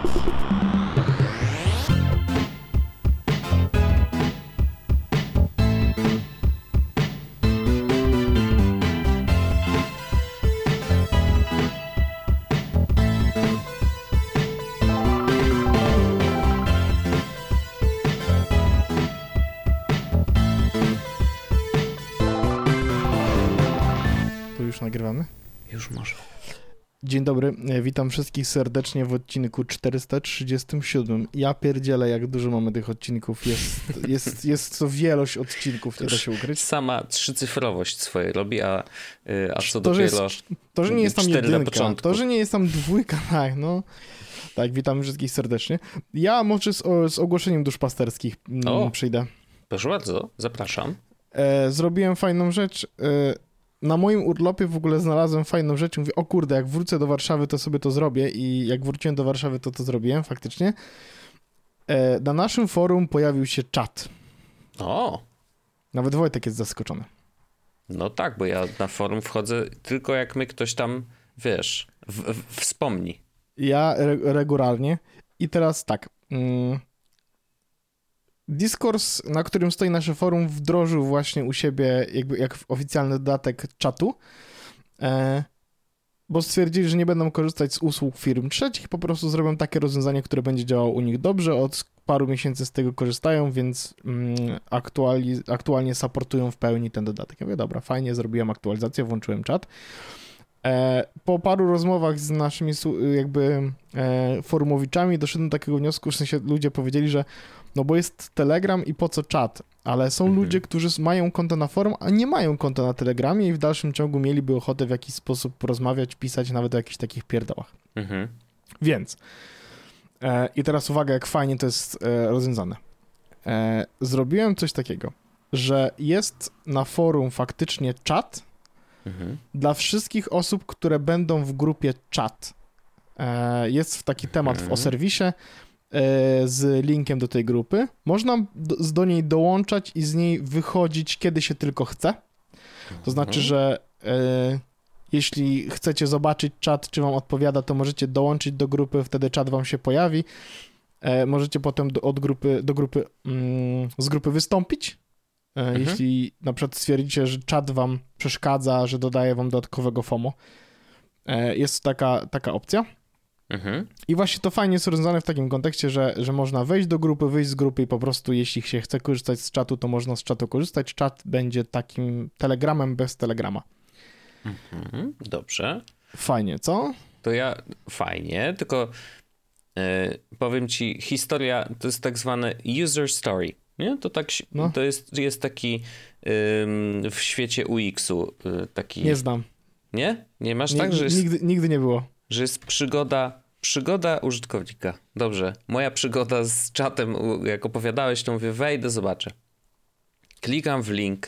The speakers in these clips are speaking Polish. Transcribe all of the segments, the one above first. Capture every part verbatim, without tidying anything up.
Nagrywamy? Już może. Dzień dobry, witam wszystkich serdecznie w odcinku czterysta trzydziestym siódmym. Ja pierdzielę, jak dużo mamy tych odcinków. Jest, jest, jest to wielość odcinków, nie da się ukryć. Sama trzycyfrowość swoje robi, a, a co to, dopiero jest, to, że nie jest tam jedynka, to, że nie jest tam dwójka, tak, no. Tak, witam wszystkich serdecznie. Ja może z, z ogłoszeniem duszpasterskich o, przyjdę. Proszę bardzo, zapraszam. E, zrobiłem fajną rzecz. E, Na moim urlopie w ogóle znalazłem fajną rzecz i mówię, o kurde, jak wrócę do Warszawy, to sobie to zrobię i jak wróciłem do Warszawy, to to zrobiłem faktycznie. E, na naszym forum pojawił się czat. O! Nawet Wojtek jest zaskoczony. No tak, bo ja na forum wchodzę tylko jak mnie ktoś tam, wiesz, w, w, wspomni. Ja re- regularnie i teraz tak... Mm, Discourse, na którym stoi nasze forum, wdrożył właśnie u siebie jakby jak oficjalny dodatek czatu, e, bo stwierdzili, że nie będą korzystać z usług firm trzecich, po prostu zrobią takie rozwiązanie, które będzie działało u nich dobrze. Od paru miesięcy z tego korzystają, więc mm, aktuali, aktualnie supportują w pełni ten dodatek. Ja mówię, dobra, fajnie, zrobiłem aktualizację, włączyłem czat. E, po paru rozmowach z naszymi jakby e, forumowiczami doszedłem do takiego wniosku, że w sensie ludzie powiedzieli, że no bo jest Telegram i po co czat, ale są mhm. ludzie, którzy mają konto na forum, a nie mają konta na Telegramie i w dalszym ciągu mieliby ochotę w jakiś sposób porozmawiać, pisać nawet o jakichś takich pierdołach. Mhm. Więc e, i teraz uwaga, jak fajnie to jest e, rozwiązane. E, zrobiłem coś takiego, że jest na forum faktycznie czat mhm. dla wszystkich osób, które będą w grupie czat. E, jest taki temat mhm. w o serwisie z linkiem do tej grupy. Można do, do niej dołączać i z niej wychodzić, kiedy się tylko chce. To znaczy, że e, jeśli chcecie zobaczyć czat, czy wam odpowiada, to możecie dołączyć do grupy, wtedy czat wam się pojawi. E, możecie potem do, od grupy, do grupy mm, z grupy wystąpić. E, mhm. Jeśli na przykład stwierdzicie, że czat wam przeszkadza, że dodaje wam dodatkowego FOMO. E, jest taka, taka opcja. Mhm. I właśnie to fajnie jest rozwiązane w takim kontekście, że, że można wejść do grupy, wyjść z grupy i po prostu jeśli się chce korzystać z czatu, to można z czatu korzystać. Czat będzie takim telegramem bez telegrama. Mhm. Dobrze. Fajnie, co? To ja, fajnie, tylko yy, powiem ci, historia to jest tak zwane user story, nie? To tak, no. to jest, jest taki yy, w świecie U X-u yy, taki... Nie znam. Nie? Nie masz nie, tak, że jest... Nigdy, nigdy nie było. Że jest przygoda, przygoda użytkownika. Dobrze. Moja przygoda z czatem, jak opowiadałeś, to mówię, wejdę, zobaczę. Klikam w link,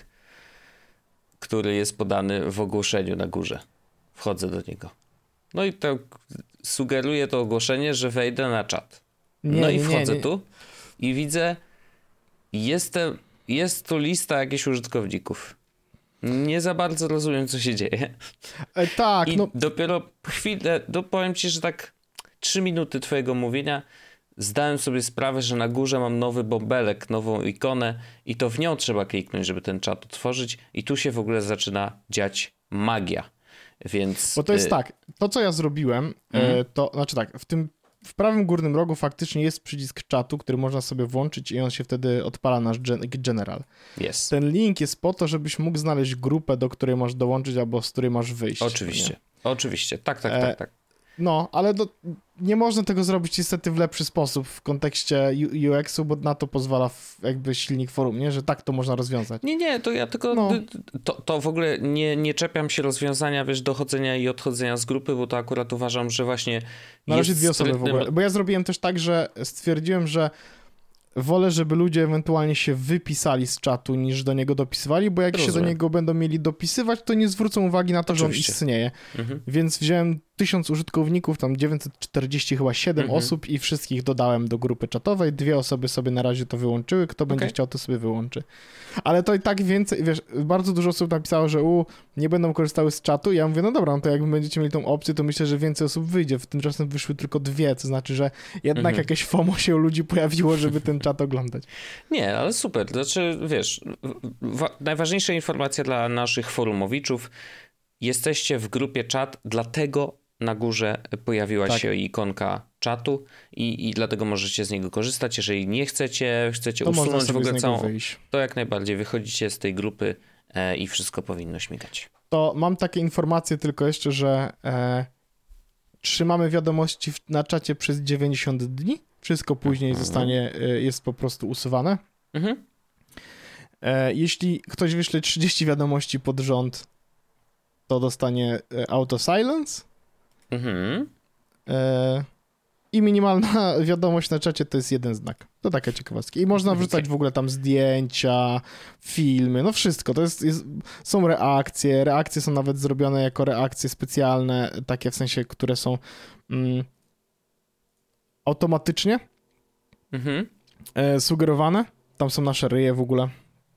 który jest podany w ogłoszeniu na górze. Wchodzę do niego. No i to sugeruje to ogłoszenie, że wejdę na czat. Nie, no i wchodzę nie, nie. tu i widzę, jestem, jest tu lista jakichś użytkowników. Nie za bardzo rozumiem, co się dzieje. E, tak, I no. dopiero chwilę, no powiem ci, że tak trzy minuty twojego mówienia zdałem sobie sprawę, że na górze mam nowy bąbelek, nową ikonę i to w nią trzeba kliknąć, żeby ten czat otworzyć i tu się w ogóle zaczyna dziać magia. Więc... Bo to jest y- tak, to co ja zrobiłem, mm. to znaczy tak, w tym w prawym górnym rogu faktycznie jest przycisk czatu, który można sobie włączyć i on się wtedy odpala nasz general. Yes. Ten link jest po to, żebyś mógł znaleźć grupę, do której masz dołączyć albo z której masz wyjść. Oczywiście, nie? Oczywiście, tak, tak, e, tak, tak. No, ale do, nie można tego zrobić niestety w lepszy sposób w kontekście U X-u, bo na to pozwala jakby silnik forum, nie? Że tak to można rozwiązać. Nie, nie, to ja tylko, no. to, to w ogóle nie, nie czepiam się rozwiązania, wiesz, dochodzenia i odchodzenia z grupy, bo to akurat uważam, że właśnie na razie jest dwie osoby sprytnym... w ogóle, bo ja zrobiłem też tak, że stwierdziłem, że wolę, żeby ludzie ewentualnie się wypisali z czatu, niż do niego dopisywali, bo jak Rozumiem. się do niego będą mieli dopisywać, to nie zwrócą uwagi na to, Oczywiście. że on istnieje. Mhm. Więc wziąłem tysiąc użytkowników, tam dziewięćset czterdzieści chyba siedem mhm. osób i wszystkich dodałem do grupy czatowej. Dwie osoby sobie na razie to wyłączyły, kto będzie okay. chciał, to sobie wyłączy. Ale to i tak więcej, wiesz, bardzo dużo osób napisało, że u, nie będą korzystały z czatu. Ja mówię, no dobra, no to jak będziecie mieli tą opcję, to myślę, że więcej osób wyjdzie. Tymczasem wyszły tylko dwie, to znaczy, że jednak mhm. jakieś FOMO się u ludzi pojawiło, żeby ten czat oglądać. Nie, ale super. Znaczy, wiesz, wa- najważniejsza informacja dla naszych forumowiczów, jesteście w grupie czat, dlatego na górze pojawiła tak. się ikonka czatu i, i dlatego możecie z niego korzystać. Jeżeli nie chcecie, chcecie to usunąć w ogóle całą, wyjść. To jak najbardziej wychodzicie z tej grupy e, i wszystko powinno śmigać. To mam takie informacje tylko jeszcze, że e, trzymamy wiadomości w, na czacie przez dziewięćdziesiąt dni. Wszystko później mhm. zostanie, e, jest po prostu usuwane. Mhm. E, jeśli ktoś wyśle trzydzieści wiadomości pod rząd, to dostanie e, auto silence. Mhm. E, I minimalna wiadomość na czacie to jest jeden znak. To taka ciekawostka. I można wrzucać okay. w ogóle tam zdjęcia, filmy, no wszystko. To jest, jest, są reakcje. Reakcje są nawet zrobione jako reakcje specjalne, takie w sensie, które są mm, automatycznie mhm. e, sugerowane. Tam są nasze ryje w ogóle.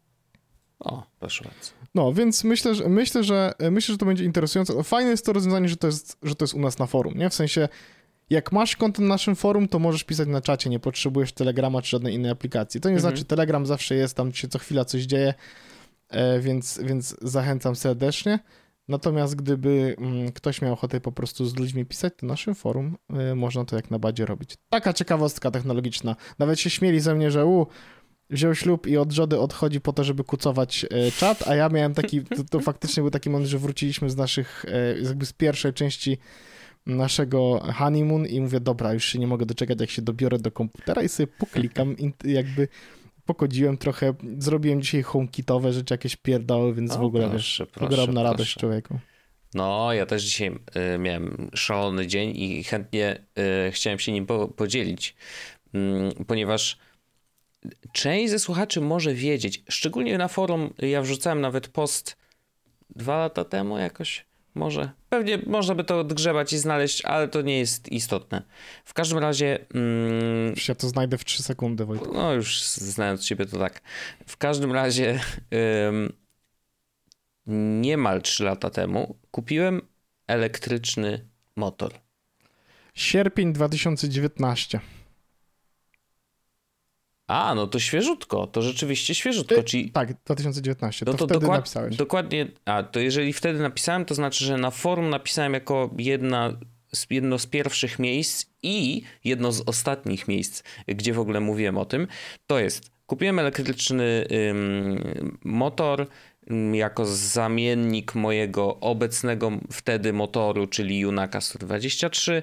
O, proszę bardzo. No, więc myślę, że myślę, że myślę, że to będzie interesujące. Fajne jest to rozwiązanie, że to jest, że to jest u nas na forum, nie? W sensie, jak masz konto na naszym forum, to możesz pisać na czacie, nie potrzebujesz Telegrama czy żadnej innej aplikacji. To nie mhm. znaczy, Telegram zawsze jest, tam się co chwila coś dzieje, e, więc, więc zachęcam serdecznie. Natomiast gdyby mm, ktoś miał ochotę po prostu z ludźmi pisać, to na naszym forum y, można to jak najbardziej robić. Taka ciekawostka technologiczna. Nawet się śmieli ze mnie, że u, wziął ślub i od Jody odchodzi po to, żeby kucować y, czat, a ja miałem taki, to, to faktycznie był taki moment, że wróciliśmy z naszych, y, jakby z pierwszej części naszego honeymoon i mówię, dobra, już się nie mogę doczekać, jak się dobiorę do komputera i sobie poklikam, jakby pokodziłem trochę, zrobiłem dzisiaj HomeKitowe rzeczy, jakieś pierdoły, więc o, w ogóle proszę, wiesz, ogromna proszę. radość człowieku. No, ja też dzisiaj y, miałem szalony dzień i chętnie y, chciałem się nim po, podzielić, y, ponieważ część ze słuchaczy może wiedzieć, szczególnie na forum, ja wrzucałem nawet post dwa lata temu jakoś, może. Pewnie można by to odgrzebać i znaleźć, ale to nie jest istotne. W każdym razie... Mm, ja to znajdę w trzy sekundy, Wojtek. No już znając ciebie to tak. W każdym razie ym, niemal trzy lata temu kupiłem elektryczny motor. Sierpień dwa tysiące dziewiętnasty. A, no to świeżutko, to rzeczywiście świeżutko. Ty, czyli... Tak, dwa tysiące dziewiętnasty, to, no to wtedy dokład, napisałeś. Dokładnie, a to jeżeli wtedy napisałem, to znaczy, że na forum napisałem jako jedna, jedno z pierwszych miejsc i jedno z ostatnich miejsc, gdzie w ogóle mówiłem o tym, to jest, kupiłem elektryczny ym, motor ym, jako zamiennik mojego obecnego wtedy motoru, czyli Junaka sto dwadzieścia trzy,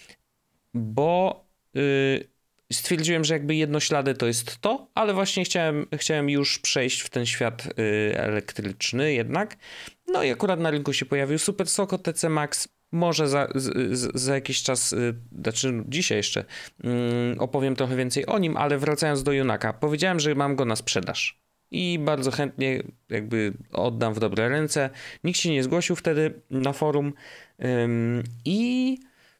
bo... Yy, Stwierdziłem, że jakby jednoślady to jest to, ale właśnie chciałem, chciałem już przejść w ten świat y, elektryczny jednak. No i akurat na rynku się pojawił Super Soko T C Max. Może za, z, za jakiś czas, y, znaczy dzisiaj jeszcze y, opowiem trochę więcej o nim, ale wracając do Junaka, powiedziałem, że mam go na sprzedaż. I bardzo chętnie jakby oddam w dobre ręce. Nikt się nie zgłosił wtedy na forum. Y, I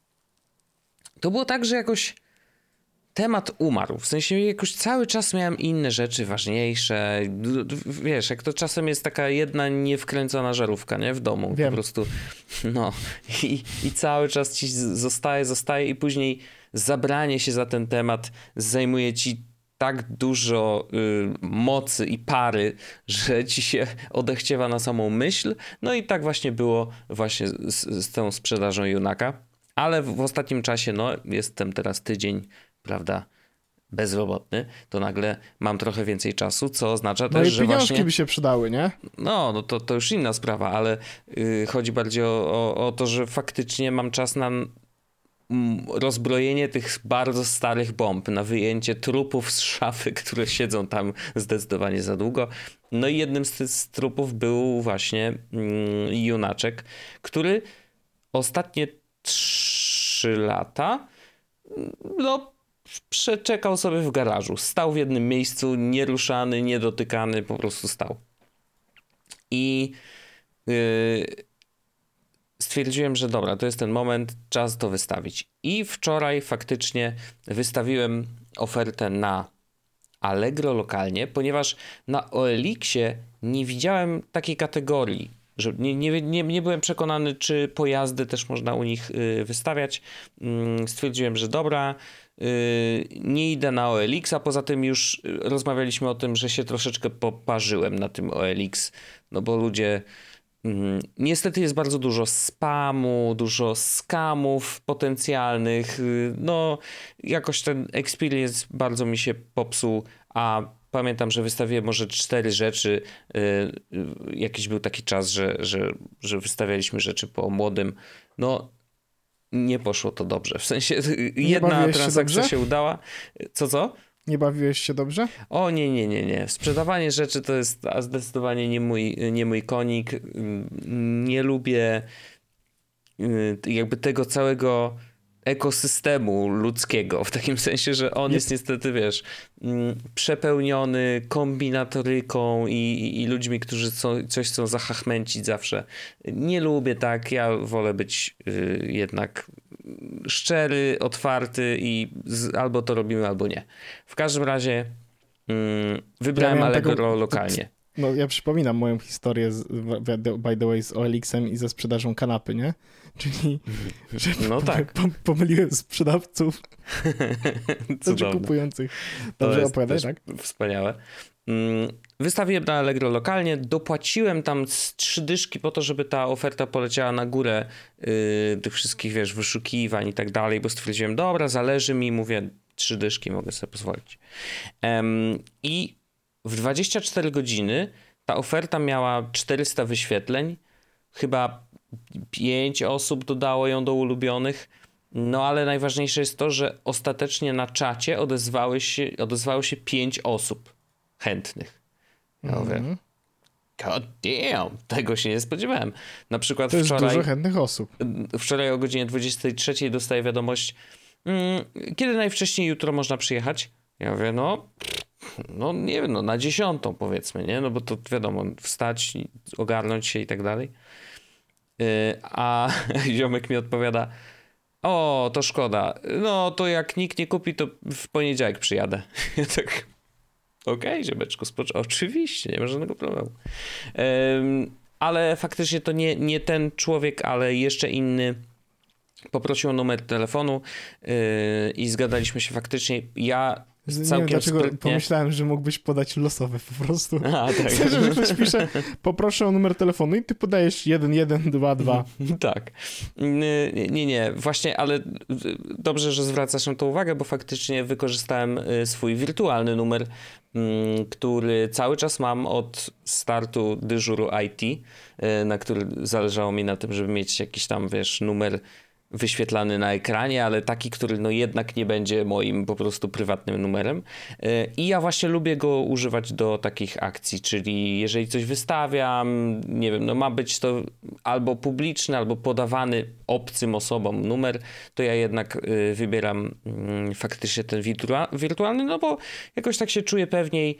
to było tak, że jakoś temat umarł. W sensie jakoś cały czas miałem inne rzeczy ważniejsze. Wiesz, jak to czasem jest taka jedna niewkręcona żarówka, nie? W domu. Wiem. Po prostu. No. I, I cały czas ci zostaje, zostaje i później zabranie się za ten temat zajmuje ci tak dużo y, mocy i pary, że ci się odechciewa na samą myśl. No i tak właśnie było właśnie z, z tą sprzedażą Junaka. Ale w, w ostatnim czasie, no jestem teraz tydzień, prawda, bezrobotny, to nagle mam trochę więcej czasu, co oznacza no też, i że właśnie... by się przydały, nie? No, no to, to już inna sprawa, ale yy, chodzi bardziej o, o, o to, że faktycznie mam czas na mm, rozbrojenie tych bardzo starych bomb, na wyjęcie trupów z szafy, które siedzą tam zdecydowanie za długo. No i jednym z tych trupów był właśnie mm, Junaczek, który ostatnie trzy lata no przeczekał sobie w garażu. Stał w jednym miejscu, nieruszany, niedotykany, po prostu stał. I yy, stwierdziłem, że dobra, to jest ten moment, czas to wystawić. I wczoraj faktycznie wystawiłem ofertę na Allegro lokalnie, ponieważ na O L X-ie nie widziałem takiej kategorii, że nie, nie, nie, nie byłem przekonany, czy pojazdy też można u nich y, wystawiać. Y, stwierdziłem, że dobra, y, nie idę na O L X, a poza tym już rozmawialiśmy o tym, że się troszeczkę poparzyłem na tym O L X, no bo ludzie... Niestety jest bardzo dużo spamu, dużo skamów potencjalnych. No, jakoś ten experience bardzo mi się popsuł, a pamiętam, że wystawiłem może cztery rzeczy. Jakiś był taki czas, że, że, że wystawialiśmy rzeczy po młodym. No, nie poszło to dobrze. W sensie jedna transakcja się, się udała. Co, co? Nie bawiłeś się dobrze? O nie, nie, nie, nie. Sprzedawanie rzeczy to jest zdecydowanie nie mój, nie mój konik. Nie lubię jakby tego całego ekosystemu ludzkiego, w takim sensie, że on jest, jest niestety, wiesz, przepełniony kombinatoryką i, i, i ludźmi, którzy chcą, coś chcą zachachmęcić zawsze. Nie lubię tak, ja wolę być y, jednak szczery, otwarty i z, albo to robimy, albo nie. W każdym razie y, wybrałem ja Allegro tego, lokalnie. To, no ja przypominam moją historię z, by the way z O L X-em i ze sprzedażą kanapy, nie? Czyli, że no po, tak. po, pomyliłem sprzedawców znaczy kupujących. Dobrze opowiadaj, tak? Wspaniałe. Wystawiłem na Allegro lokalnie, dopłaciłem tam z trzy dyszki po to, żeby ta oferta poleciała na górę yy, tych wszystkich, wiesz, wyszukiwań i tak dalej, bo stwierdziłem, dobra, zależy mi, mówię, trzy dyszki mogę sobie pozwolić. Um, I w dwadzieścia cztery godziny ta oferta miała czterysta wyświetleń, chyba pięć osób dodało ją do ulubionych, no ale najważniejsze jest to, że ostatecznie na czacie odezwały się, odezwało się pięć osób chętnych. Ja mówię, mm. God damn, tego się nie spodziewałem. Na przykład to jest wczoraj... dużo chętnych osób. Wczoraj o godzinie dwudziestej trzeciej dostaję wiadomość, mm, kiedy najwcześniej jutro można przyjechać? Ja mówię, no... No nie wiem, no na dziesiątą powiedzmy, nie? No bo to wiadomo, wstać, ogarnąć się i tak dalej. Yy, a ziomek mi odpowiada, o, to szkoda. No to jak nikt nie kupi, to w poniedziałek przyjadę. Ja tak, okej, okay, ziomeczku, spocz- oczywiście, nie ma żadnego problemu. Yy, ale faktycznie to nie, nie ten człowiek, ale jeszcze inny poprosił o numer telefonu yy, i zgadaliśmy się faktycznie. Ja Nie całkiem wiem, dlaczego sprytnie... pomyślałem, że mógłbyś podać losowe po prostu. A, tak. W sensie, że ktoś pisze, poproszę o numer telefonu i ty podajesz jeden jeden dwa dwa. Tak. Nie, nie, nie. Właśnie, ale dobrze, że zwracasz na to uwagę, bo faktycznie wykorzystałem swój wirtualny numer, który cały czas mam od startu dyżuru I T, na który zależało mi na tym, żeby mieć jakiś tam, wiesz, numer wyświetlany na ekranie, ale taki, który no jednak nie będzie moim po prostu prywatnym numerem. I ja właśnie lubię go używać do takich akcji, czyli jeżeli coś wystawiam, nie wiem, no ma być to albo publiczny, albo podawany obcym osobom numer, to ja jednak wybieram faktycznie ten wirtua- wirtualny, no bo jakoś tak się czuję pewniej.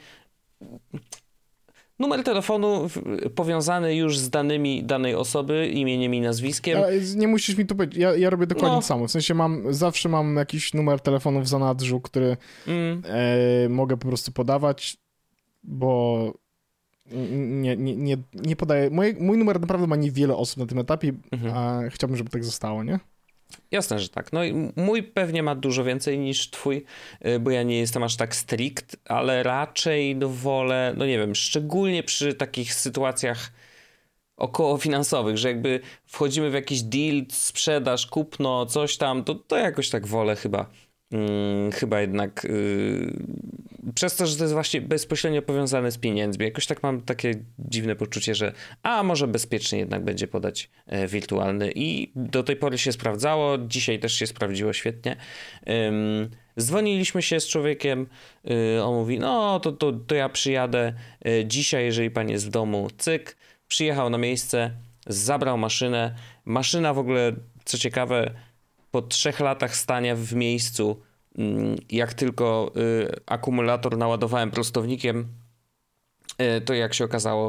Numer telefonu powiązany już z danymi danej osoby, imieniem i nazwiskiem. Ale nie musisz mi to powiedzieć, ja, ja robię dokładnie no. to samo. W sensie mam, zawsze mam jakiś numer telefonu w zanadrzu, który mm. e, mogę po prostu podawać, bo nie, nie, nie, nie podaję. Moje, mój numer naprawdę ma niewiele osób na tym etapie, mhm. a chciałbym, żeby tak zostało, nie? Jasne, że tak. No i mój pewnie ma dużo więcej niż twój, bo ja nie jestem aż tak strict, ale raczej no wolę, no nie wiem, szczególnie przy takich sytuacjach około finansowych, że jakby wchodzimy w jakiś deal, sprzedaż, kupno, coś tam, to, to jakoś tak wolę chyba. Hmm, chyba jednak yy, przez to, że to jest właśnie bezpośrednio powiązane z pieniędzmi. Jakoś tak mam takie dziwne poczucie, że a może bezpiecznie jednak będzie podać e, wirtualny i do tej pory się sprawdzało, dzisiaj też się sprawdziło świetnie. Ym, dzwoniliśmy się z człowiekiem, yy, on mówi, no to, to, to ja przyjadę yy, dzisiaj, jeżeli pan jest w domu, cyk, przyjechał na miejsce, zabrał maszynę, maszyna w ogóle, co ciekawe, po trzech latach stania w miejscu, jak tylko y, akumulator naładowałem prostownikiem, y, to jak się okazało,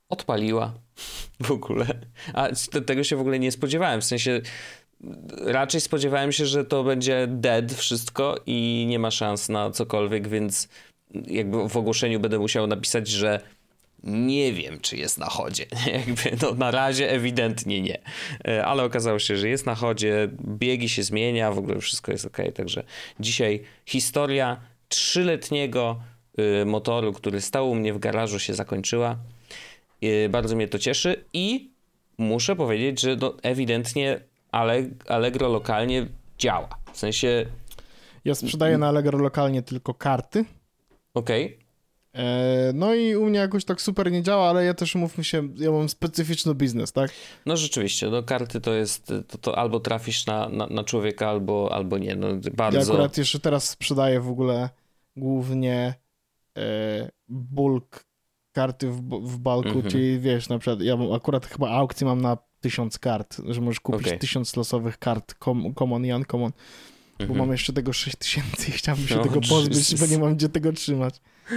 odpaliła w ogóle. A tego się w ogóle nie spodziewałem, w sensie raczej spodziewałem się, że to będzie dead wszystko i nie ma szans na cokolwiek, więc jakby w ogłoszeniu będę musiał napisać, że nie wiem, czy jest na chodzie. Jakby no na razie ewidentnie nie. Ale okazało się, że jest na chodzie, biegi się zmienia, w ogóle wszystko jest okej. Także dzisiaj historia trzyletniego y, motoru, który stał u mnie w garażu, się zakończyła. Y, bardzo mnie to cieszy i muszę powiedzieć, że no, ewidentnie Allegro lokalnie działa. W sensie... Ja sprzedaję na Allegro lokalnie tylko karty. Okej. Okay. No i u mnie jakoś tak super nie działa, ale ja też, mówmy się, ja mam specyficzny biznes, tak? No rzeczywiście, no karty to jest, to, to albo trafisz na, na, na człowieka, albo, albo nie, no bardzo... Ja akurat jeszcze teraz sprzedaję w ogóle głównie e, bulk karty w, w bulku, mm-hmm. czyli wiesz, na przykład ja mam, akurat chyba aukcję mam na tysiąc kart, że możesz kupić okay. tysiąc losowych kart com, common i uncommon, mm-hmm. bo mam jeszcze tego sześć tysięcy i chciałbym się no, tego pozbyć, bo nie mam gdzie tego trzymać.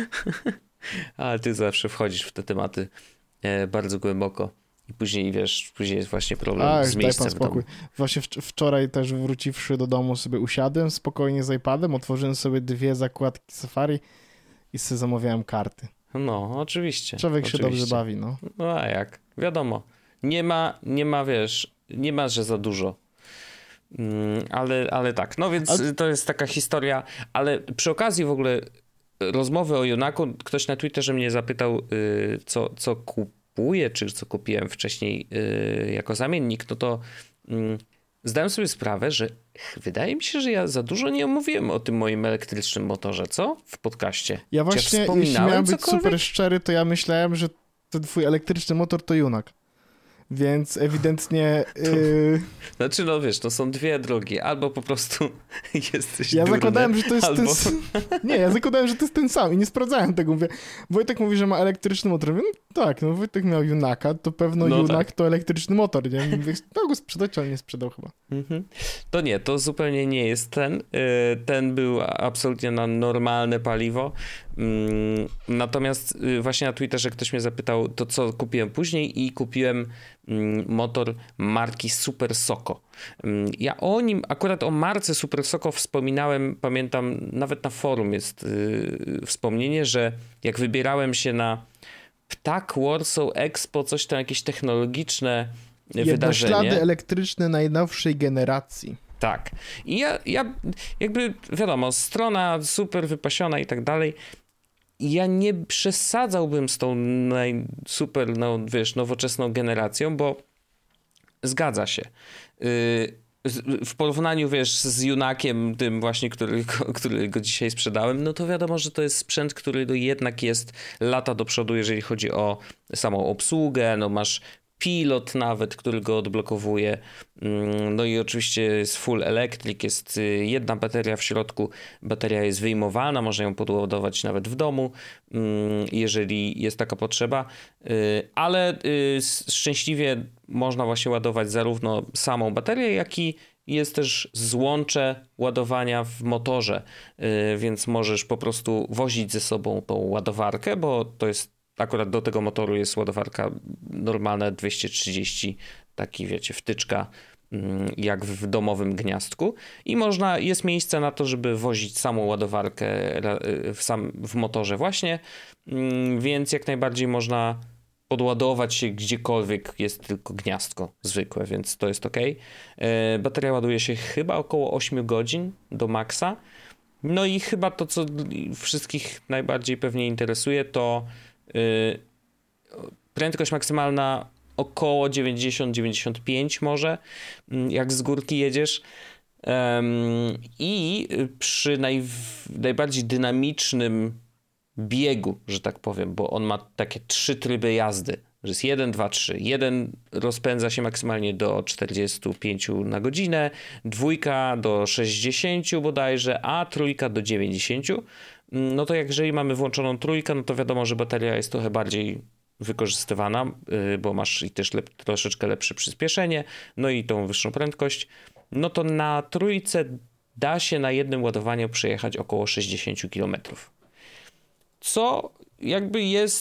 Ale ty zawsze wchodzisz w te tematy e, bardzo głęboko i później, wiesz, później jest właśnie problem A, z miejscem daj pan spokój. Właśnie w- wczoraj też wróciwszy do domu sobie usiadłem spokojnie z iPadem, otworzyłem sobie dwie zakładki Safari i sobie zamawiałem karty. No, oczywiście. Człowiek oczywiście. się dobrze bawi, no. No a jak? Wiadomo. Nie ma, nie ma, wiesz, nie ma, że za dużo. Mm, ale, ale tak, no więc ale... to jest taka historia, ale przy okazji w ogóle rozmowy o Junaku, ktoś na Twitterze mnie zapytał, yy, co, co kupuję, czy co kupiłem wcześniej yy, jako zamiennik, no to yy, zdałem sobie sprawę, że wydaje mi się, że ja za dużo nie omówiłem o tym moim elektrycznym motorze, co? W podcaście. Ja właśnie, jeśli miałem być cokolwiek? super szczery, to ja myślałem, że ten twój elektryczny motor to Junak. Więc ewidentnie... To, yy... Znaczy, no wiesz, to są dwie drogi. Albo po prostu jesteś Ja durny, zakładałem, że to jest albo... ten sam. Nie, ja zakładałem, że to jest ten sam i nie sprawdzałem tego. Mówię, Wojtek mówi, że ma elektryczny motor. Mówię, no tak, no Wojtek miał Junaka, to pewno no Junak tak. to elektryczny motor, nie? Mówię, no go sprzedać, ale nie sprzedał chyba. Mhm. To nie, to zupełnie nie jest ten. Ten był absolutnie na normalne paliwo. Natomiast właśnie na Twitterze ktoś mnie zapytał, to co kupiłem później i kupiłem motor marki Super Soko. Ja o nim, akurat o marce Super Soko wspominałem, pamiętam, nawet na forum jest yy, wspomnienie, że jak wybierałem się na Ptak Warsaw Expo, coś tam, jakieś technologiczne wydarzenie. Jednoślady elektryczne najnowszej generacji. Tak. I ja, ja jakby, wiadomo, strona super wypasiona i tak dalej. Ja nie przesadzałbym z tą naj, super, no, wiesz, nowoczesną generacją, bo zgadza się. Yy, w porównaniu, wiesz, z Junakiem, tym właśnie, który, który go dzisiaj sprzedałem, no to wiadomo, że to jest sprzęt, który no jednak jest lata do przodu, jeżeli chodzi o samą obsługę, no masz pilot nawet, który go odblokowuje. No i oczywiście jest full electric, jest jedna bateria w środku, bateria jest wyjmowana, można ją podładować nawet w domu, jeżeli jest taka potrzeba, ale szczęśliwie można właśnie ładować zarówno samą baterię, jak i jest też złącze ładowania w motorze, więc możesz po prostu wozić ze sobą tą ładowarkę, bo to jest akurat do tego motoru jest ładowarka normalna dwieście trzydzieści, taki wiecie, wtyczka jak w domowym gniazdku i można, jest miejsce na to, żeby wozić samą ładowarkę w, sam, w motorze właśnie, więc jak najbardziej można podładować się gdziekolwiek jest tylko gniazdko zwykłe, więc to jest ok. Bateria ładuje się chyba około osiem godzin do maksa. No i chyba to, co wszystkich najbardziej pewnie interesuje, to prędkość maksymalna około dziewięćdziesiąt dziewięćdziesiąt pięć może, jak z górki jedziesz. I przy naj, najbardziej dynamicznym biegu, że tak powiem, bo on ma takie trzy tryby jazdy, że jest jeden, dwa, trzy. Jeden rozpędza się maksymalnie do czterdziestu pięciu na godzinę, dwójka do sześćdziesięciu bodajże, a trójka do dziewięćdziesięciu. No to jak jeżeli mamy włączoną trójkę, no to wiadomo, że bateria jest trochę bardziej wykorzystywana, bo masz i też lep, troszeczkę lepsze przyspieszenie, no i tą wyższą prędkość. No to na trójce da się na jednym ładowaniu przejechać około sześćdziesiąt kilometrów. Co jakby jest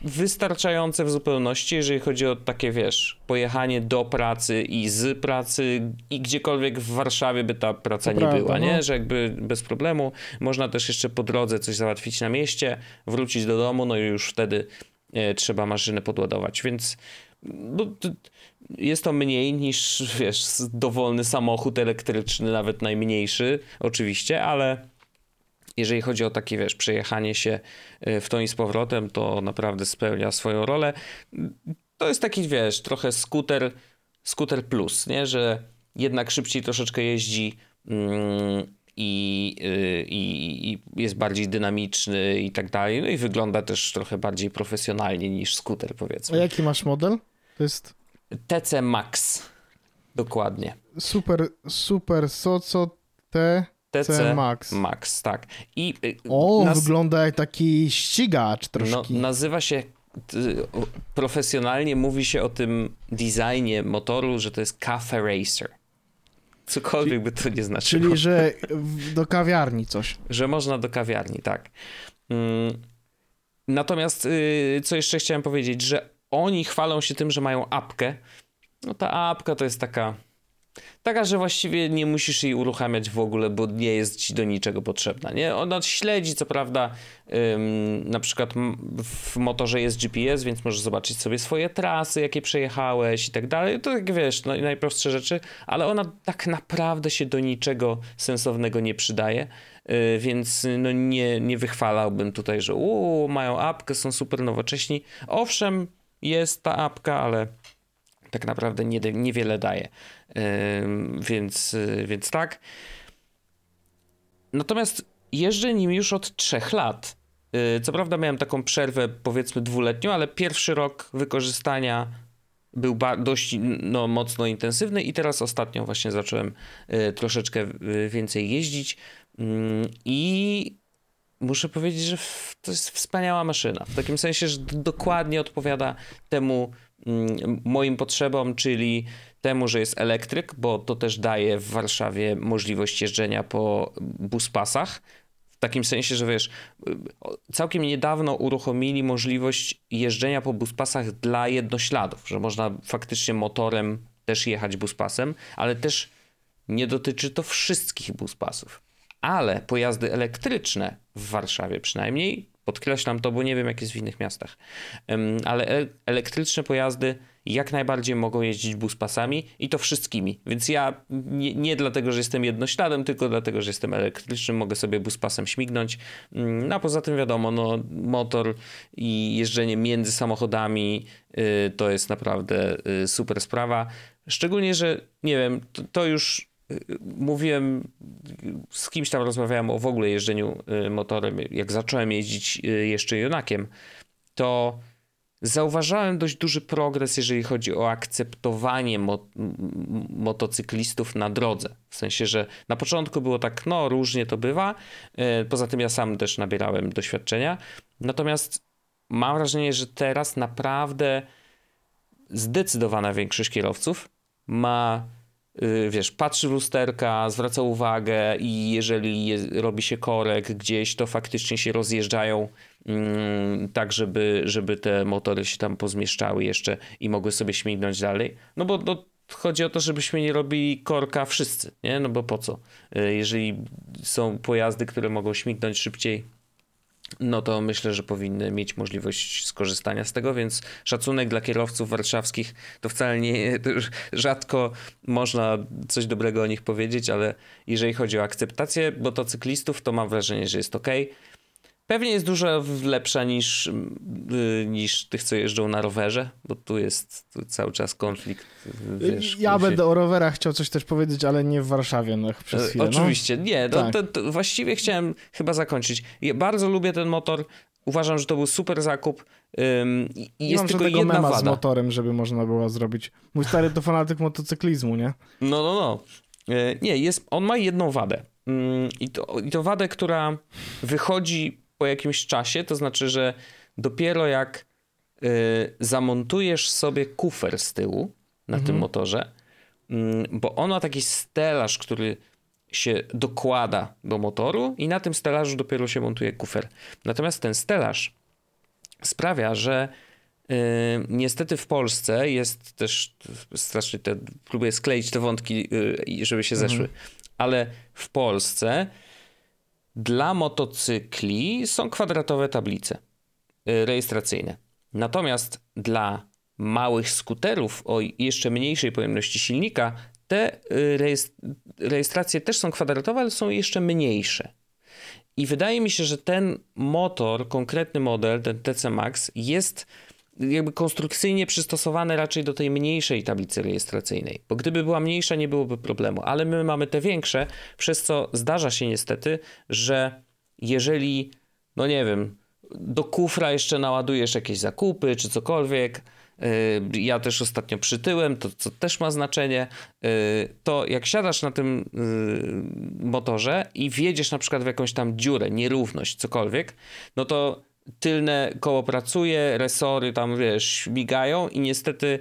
wystarczające w zupełności, jeżeli chodzi o takie, wiesz, pojechanie do pracy i z pracy i gdziekolwiek w Warszawie by ta praca To nie prawda, była, no. nie? Że jakby bez problemu. Można też jeszcze po drodze coś załatwić na mieście, wrócić do domu, no i już wtedy e, trzeba maszynę podładować, więc no, to jest to mniej niż, wiesz, dowolny samochód elektryczny, nawet najmniejszy, oczywiście, ale jeżeli chodzi o takie, wiesz, przejechanie się w tą i z powrotem, to naprawdę spełnia swoją rolę. To jest taki, wiesz, trochę skuter, skuter plus, nie? Że jednak szybciej troszeczkę jeździ mm, i, i, i jest bardziej dynamiczny i tak dalej. No i wygląda też trochę bardziej profesjonalnie niż skuter, powiedzmy. A jaki masz model? To jest T C Max. Dokładnie. super, super Soco T T C Max. Max, tak. I O, nas... wygląda jak taki ścigacz no, troszkę. nazywa się, profesjonalnie mówi się o tym designie motoru, że to jest Cafe Racer. Cokolwiek czyli, by to nie znaczyło. Czyli, że w, do kawiarni coś. Że można do kawiarni, tak. Mm. Natomiast, yy, co jeszcze chciałem powiedzieć, że oni chwalą się tym, że mają apkę. No ta apka to jest taka... Taka, że właściwie nie musisz jej uruchamiać w ogóle, bo nie jest ci do niczego potrzebna, nie? Ona śledzi, co prawda, ym, na przykład w motorze jest G P S, więc możesz zobaczyć sobie swoje trasy, jakie przejechałeś i tak dalej. To jak wiesz, no, najprostsze rzeczy, ale ona tak naprawdę się do niczego sensownego nie przydaje, yy, więc no, nie, nie wychwalałbym tutaj, że uuu, mają apkę, są super nowocześni. Owszem, jest ta apka, ale tak naprawdę nie, niewiele daje. Yy, więc, yy, więc tak. Natomiast jeżdżę nim już od trzech lat. Yy, co prawda miałem taką przerwę, powiedzmy dwuletnią, ale pierwszy rok wykorzystania był dość no, mocno intensywny i teraz ostatnio właśnie zacząłem yy, troszeczkę yy, więcej jeździć yy, i muszę powiedzieć, że to jest wspaniała maszyna. W takim sensie, że dokładnie odpowiada temu moim potrzebom, czyli temu, że jest elektryk, bo to też daje w Warszawie możliwość jeżdżenia po buspasach. W takim sensie, że wiesz, całkiem niedawno uruchomili możliwość jeżdżenia po buspasach dla jednośladów, że można faktycznie motorem też jechać buspasem, ale też nie dotyczy to wszystkich buspasów. Ale pojazdy elektryczne w Warszawie przynajmniej, podkreślam to, bo nie wiem jak jest w innych miastach, ale e- elektryczne pojazdy jak najbardziej mogą jeździć buspasami i to wszystkimi. Więc ja nie, nie dlatego, że jestem jednośladem, tylko dlatego, że jestem elektrycznym, mogę sobie buspasem śmignąć. No a poza tym wiadomo, no, motor i jeżdżenie między samochodami y, to jest naprawdę y, super sprawa. Szczególnie, że nie wiem, to, to już mówiłem, z kimś tam rozmawiałem o w ogóle jeżdżeniu motorem, jak zacząłem jeździć jeszcze Jonakiem, to zauważałem dość duży progres, jeżeli chodzi o akceptowanie mo- motocyklistów na drodze. W sensie, że na początku było tak, no różnie to bywa, poza tym ja sam też nabierałem doświadczenia, natomiast mam wrażenie, że teraz naprawdę zdecydowana większość kierowców ma, wiesz, patrzy w lusterka, zwraca uwagę i jeżeli je, robi się korek gdzieś, to faktycznie się rozjeżdżają mm, tak, żeby, żeby te motory się tam pozmieszczały jeszcze i mogły sobie śmignąć dalej. No bo no, chodzi o to, żebyśmy nie robili korka wszyscy, nie? No bo po co? Jeżeli są pojazdy, które mogą śmignąć szybciej, no to myślę, że powinny mieć możliwość skorzystania z tego, więc szacunek dla kierowców warszawskich, to wcale nie, to rzadko można coś dobrego o nich powiedzieć, ale jeżeli chodzi o akceptację motocyklistów, to mam wrażenie, że jest okej. Pewnie jest dużo lepsza niż, niż tych, co jeżdżą na rowerze, bo tu jest tu cały czas konflikt. Wiesz, ja się... będę o rowerach chciał coś też powiedzieć, ale nie w Warszawie no, przez chwilę. Oczywiście, no. nie. No, tak. to, to właściwie chciałem chyba zakończyć. Ja bardzo lubię ten motor. Uważam, że to był super zakup. Ym, i nie jest mam tylko żadnego jedna mema wada. z motorem, żeby można było zrobić. Mój stary to fanatyk motocyklizmu, nie? No, no, no. Yy, nie, jest, on ma jedną wadę. Yy, i, to, I to wadę, która wychodzi po jakimś czasie, to znaczy, że dopiero jak yy, zamontujesz sobie kufer z tyłu na mhm. tym motorze, yy, bo on ma taki stelaż, który się dokłada do motoru i na tym stelażu dopiero się montuje kufer. Natomiast ten stelaż sprawia, że yy, niestety w Polsce jest też, strasznie te, próbuję skleić te wątki, yy, żeby się zeszły, mhm. ale w Polsce dla motocykli są kwadratowe tablice yy, rejestracyjne. Natomiast dla małych skuterów o jeszcze mniejszej pojemności silnika te rejestracje też są kwadratowe, ale są jeszcze mniejsze. I wydaje mi się, że ten motor, konkretny model, ten T C Max jest jakby konstrukcyjnie przystosowany raczej do tej mniejszej tablicy rejestracyjnej. Bo gdyby była mniejsza, nie byłoby problemu. Ale my mamy te większe, przez co zdarza się niestety, że jeżeli, no nie wiem, do kufra jeszcze naładujesz jakieś zakupy czy cokolwiek, ja też ostatnio przytyłem, to co też ma znaczenie, to jak siadasz na tym motorze i wjedziesz na przykład w jakąś tam dziurę, nierówność, cokolwiek, no to tylne koło pracuje, resory tam, wiesz, migają i niestety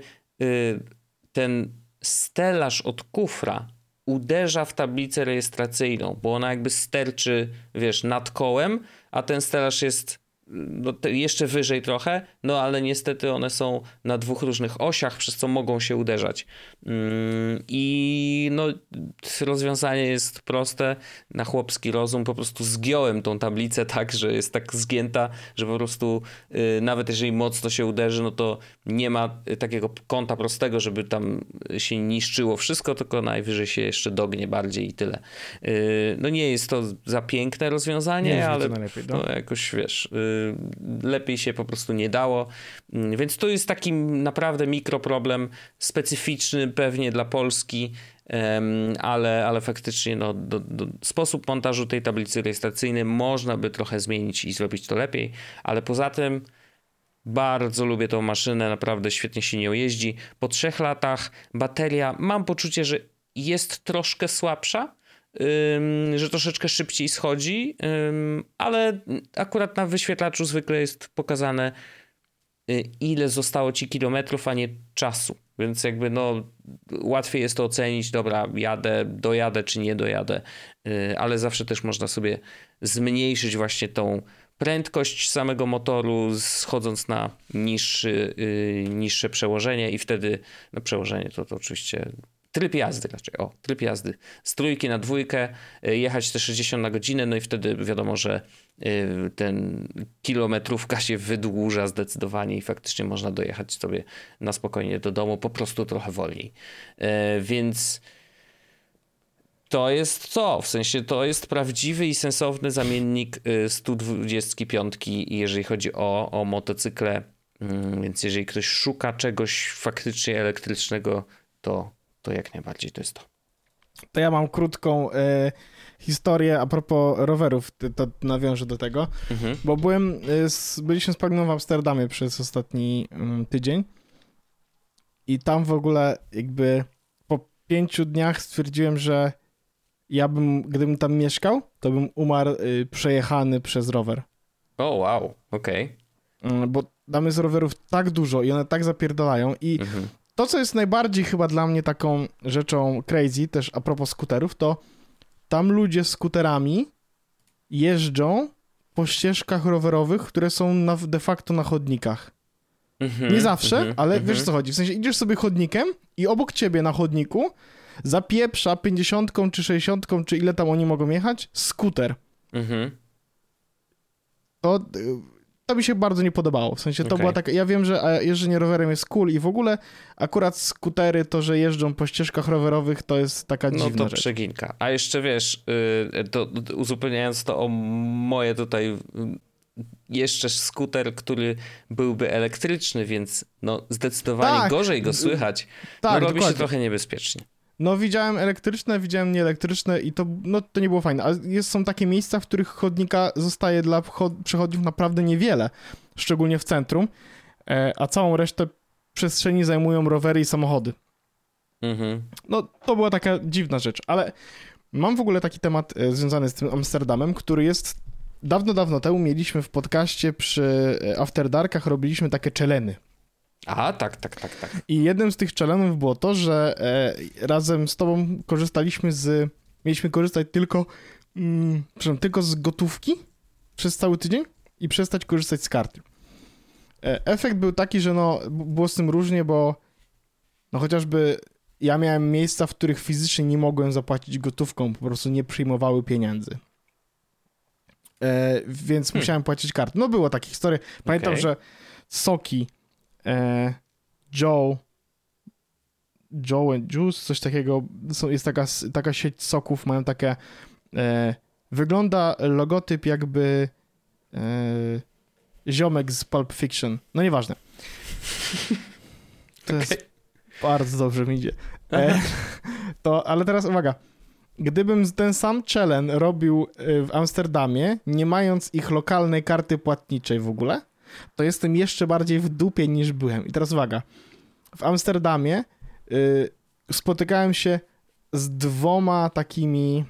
ten stelaż od kufra uderza w tablicę rejestracyjną, bo ona jakby sterczy, wiesz, nad kołem, a ten stelaż jest no, jeszcze wyżej trochę, no ale niestety one są na dwóch różnych osiach, przez co mogą się uderzać. Ym, I no, rozwiązanie jest proste, na chłopski rozum, po prostu zgiąłem tą tablicę tak, że jest tak zgięta, że po prostu yy, nawet jeżeli mocno się uderzy, no to nie ma takiego kąta prostego, żeby tam się niszczyło wszystko, tylko najwyżej się jeszcze dognie bardziej i tyle. Yy, no nie jest to za piękne rozwiązanie, nie, ale najlepiej, no, jakoś wiesz... Yy, lepiej się po prostu nie dało, więc to jest taki naprawdę mikroproblem, specyficzny pewnie dla Polski, ale, ale faktycznie no, do, do, sposób montażu tej tablicy rejestracyjnej można by trochę zmienić i zrobić to lepiej, ale poza tym bardzo lubię tą maszynę, naprawdę świetnie się nią jeździ. Po trzech latach bateria, mam poczucie, że jest troszkę słabsza, Ym, że troszeczkę szybciej schodzi, ym, ale akurat na wyświetlaczu zwykle jest pokazane y, ile zostało ci kilometrów, a nie czasu, więc jakby no łatwiej jest to ocenić, dobra, jadę, dojadę czy nie dojadę, y, ale zawsze też można sobie zmniejszyć właśnie tą prędkość samego motoru, schodząc na niższy, y, niższe przełożenie i wtedy, no przełożenie to, to oczywiście tryb jazdy raczej, o, tryb jazdy. Z trójki na dwójkę, jechać te sześćdziesiąt na godzinę, no i wtedy wiadomo, że ten kilometrówka się wydłuża zdecydowanie i faktycznie można dojechać sobie na spokojnie do domu, po prostu trochę wolniej. Więc to jest co? W sensie to jest prawdziwy i sensowny zamiennik sto dwadzieścia pięć, jeżeli chodzi o, o motocykle. Więc jeżeli ktoś szuka czegoś faktycznie elektrycznego, to to jak najbardziej to jest to. To ja mam krótką e, historię a propos rowerów, to nawiążę do tego, mhm. bo byłem, z, byliśmy z Pagną w Amsterdamie przez ostatni um, tydzień i tam w ogóle jakby po pięciu dniach stwierdziłem, że ja bym, gdybym tam mieszkał, to bym umarł y, przejechany przez rower. O, oh, wow, okej. Okay. Bo tam jest rowerów tak dużo i one tak zapierdalają i mhm. to, co jest najbardziej chyba dla mnie taką rzeczą crazy, też a propos skuterów, to tam ludzie z skuterami jeżdżą po ścieżkach rowerowych, które są na, de facto na chodnikach. Mm-hmm, nie zawsze, mm-hmm, ale mm-hmm. wiesz o co chodzi. W sensie idziesz sobie chodnikiem i obok ciebie na chodniku zapieprza pięćdziesiątką czy sześćdziesiątką, czy ile tam oni mogą jechać, skuter. Mm-hmm. To... To mi się bardzo nie podobało. W sensie to okay. była taka... Ja wiem, że jeżdżenie rowerem jest cool i w ogóle akurat skutery, to, że jeżdżą po ścieżkach rowerowych, to jest taka no dziwna to rzecz. przeginka. A jeszcze wiesz, to, uzupełniając to o moje tutaj jeszcze skuter, który byłby elektryczny, więc no zdecydowanie tak. gorzej go słychać. Tak, no robi dokładnie. się trochę niebezpiecznie. No widziałem elektryczne, widziałem nieelektryczne i to, no, to nie było fajne. A jest, są takie miejsca, w których chodnika zostaje dla przechodniów naprawdę niewiele, szczególnie w centrum, a całą resztę przestrzeni zajmują rowery i samochody. Mhm. No to była taka dziwna rzecz, ale mam w ogóle taki temat związany z tym Amsterdamem, który jest... Dawno, dawno temu mieliśmy w podcaście przy After Darkach, robiliśmy takie challenge'y. Aha, tak, tak, tak, tak. I jednym z tych challenge'ów było to, że e, razem z tobą korzystaliśmy z... Mieliśmy korzystać tylko... Mm, przepraszam, tylko z gotówki przez cały tydzień i przestać korzystać z karty. efekt był taki, że no, było z tym różnie, bo no chociażby ja miałem miejsca, w których fizycznie nie mogłem zapłacić gotówką, po prostu nie przyjmowały pieniędzy. E, więc hmm. musiałem płacić kartą. No było takie historie. Pamiętam, okay. że soki e, Joe Joe and Juice, coś takiego, są, jest taka, taka sieć soków, mają takie e, wygląda logotyp jakby e, ziomek z Pulp Fiction. No nieważne. To okay. jest bardzo dobrze mi idzie. E, to, ale teraz uwaga. Gdybym ten sam challenge robił w Amsterdamie, nie mając ich lokalnej karty płatniczej w ogóle, to jestem jeszcze bardziej w dupie niż byłem. I teraz uwaga. W Amsterdamie y, spotykałem się z dwoma takimi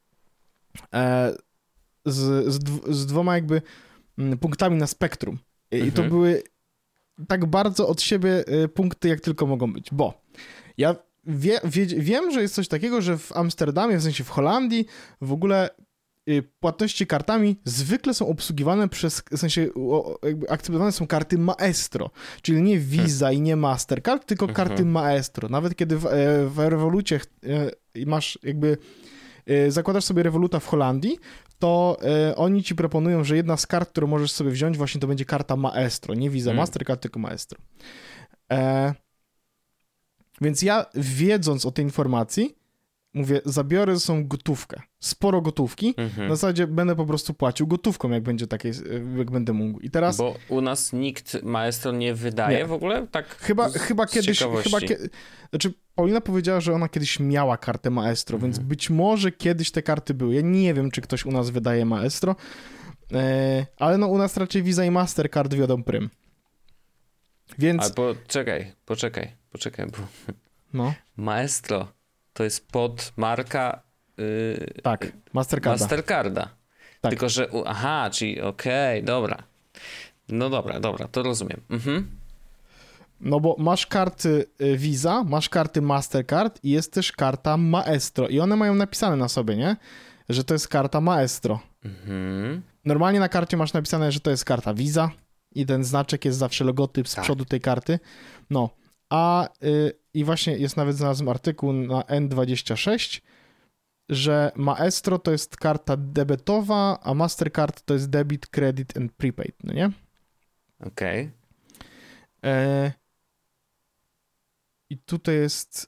e, z, z, dw, z dwoma jakby m, punktami na spektrum. I, mhm. i to były tak bardzo od siebie y, punkty, jak tylko mogą być, bo ja Wie, wie, wiem, że jest coś takiego, że w Amsterdamie, w sensie w Holandii, w ogóle y, płatności kartami zwykle są obsługiwane przez, w sensie o, jakby akceptowane są karty Maestro, czyli nie Visa hmm. i nie Mastercard, tylko hmm. karty Maestro. Nawet kiedy w, w Revolucie y, masz jakby, y, zakładasz sobie Revoluta w Holandii, to y, oni ci proponują, że jedna z kart, którą możesz sobie wziąć, właśnie to będzie karta Maestro, nie Visa, hmm. Mastercard, tylko Maestro. E, Więc ja, wiedząc o tej informacji, mówię, zabiorę ze sobą gotówkę, sporo gotówki, mhm. na zasadzie będę po prostu płacił gotówką, jak będzie takie, jak będę mógł. I teraz... Bo u nas nikt Maestro nie wydaje nie. w ogóle? Tak Chyba, z, chyba z kiedyś... Chyba kie... Znaczy, Paulina powiedziała, że ona kiedyś miała kartę Maestro, mhm. więc być może kiedyś te karty były. Ja nie wiem, czy ktoś u nas wydaje Maestro, e... ale no u nas raczej Visa i Mastercard wiodą prym. Więc... Ale poczekaj, poczekaj, poczekaj, bo no. Maestro to jest podmarka yy, tak, Mastercarda. Mastercarda. Tak. Tylko, że aha, czyli okej, okay, dobra. No dobra, dobra, to rozumiem. Mhm. No bo masz karty Visa, masz karty Mastercard i jest też karta Maestro i one mają napisane na sobie, nie? Że to jest karta Maestro. Mhm. Normalnie na karcie masz napisane, że to jest karta Visa i ten znaczek jest zawsze logotyp z tak. przodu tej karty. No, a y, i właśnie jest nawet znalazłem artykuł na N dwadzieścia sześć, że Maestro to jest karta debetowa, a Mastercard to jest debit, credit and prepaid, no nie? Okej. Okay. I tutaj jest...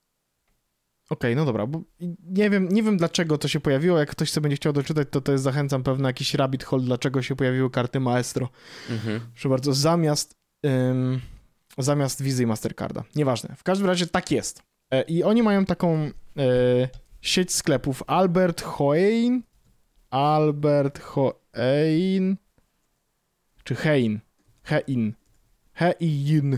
Okej, okay, no dobra, bo nie wiem, nie wiem dlaczego to się pojawiło, jak ktoś sobie będzie chciał doczytać, to to jest, zachęcam, pewno jakiś rabbit hole, dlaczego się pojawiły karty Maestro. Mhm. Proszę bardzo, zamiast... Ym... Zamiast Visa i Mastercarda. Nieważne. W każdym razie tak jest. E, I oni mają taką e, sieć sklepów Albert Heijn, Albert Heijn, czy Heijn, Heijn, Heijn.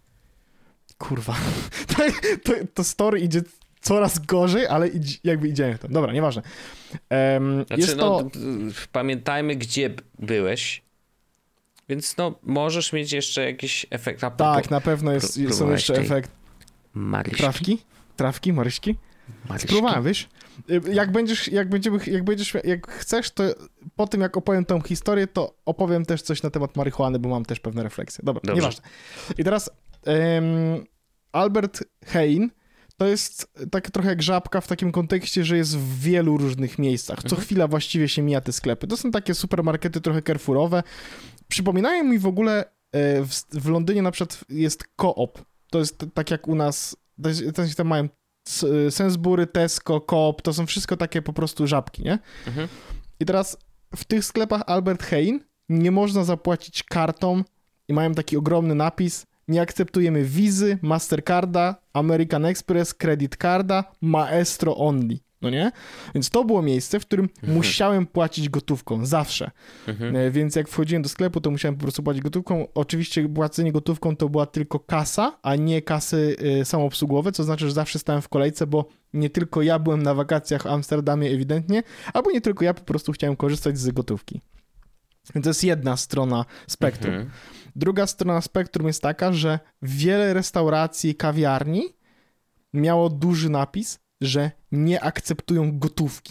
Kurwa. to, to story idzie coraz gorzej, ale idź, jakby idziemy tam. Dobra, nieważne. Um, znaczy, jest no, to... pamiętajmy, gdzie byłeś. Więc no, możesz mieć jeszcze jakiś efekt. Tak, na pewno jest, są jeszcze efekt... Maryśki? Trawki? Trawki? Maryśki? Maryśki? Spróbowałem, wiesz? Jak będziesz, jak będziemy, jak będziesz, jak chcesz, to po tym, jak opowiem tą historię, to opowiem też coś na temat marihuany, bo mam też pewne refleksje. Dobra, Dobrze. Nieważne. I teraz um, Albert Heijn to jest tak trochę jak Żabka w takim kontekście, że jest w wielu różnych miejscach. Co mhm. chwila właściwie się mija te sklepy. To są takie supermarkety trochę Carrefourowe. Przypominają mi w ogóle w, w Londynie na przykład jest Coop. To jest tak jak u nas, to jest, tam mają Sainsbury, Tesco, Coop, to są wszystko takie po prostu Żabki, nie? Mhm. I teraz w tych sklepach Albert Heijn nie można zapłacić kartą i mają taki ogromny napis: nie akceptujemy Visy, Mastercarda, American Express, Credit Carda, Maestro only, no nie? Więc to było miejsce, w którym mhm. musiałem płacić gotówką, zawsze. Mhm. Więc jak wchodziłem do sklepu, to musiałem po prostu płacić gotówką. Oczywiście płacenie gotówką to była tylko kasa, a nie kasy y, samoobsługowe, co znaczy, że zawsze stałem w kolejce, bo nie tylko ja byłem na wakacjach w Amsterdamie ewidentnie, albo nie tylko ja po prostu chciałem korzystać z gotówki. Więc to jest jedna strona spektrum. Mhm. Druga strona spektrum jest taka, że wiele restauracji, kawiarni miało duży napis, że nie akceptują gotówki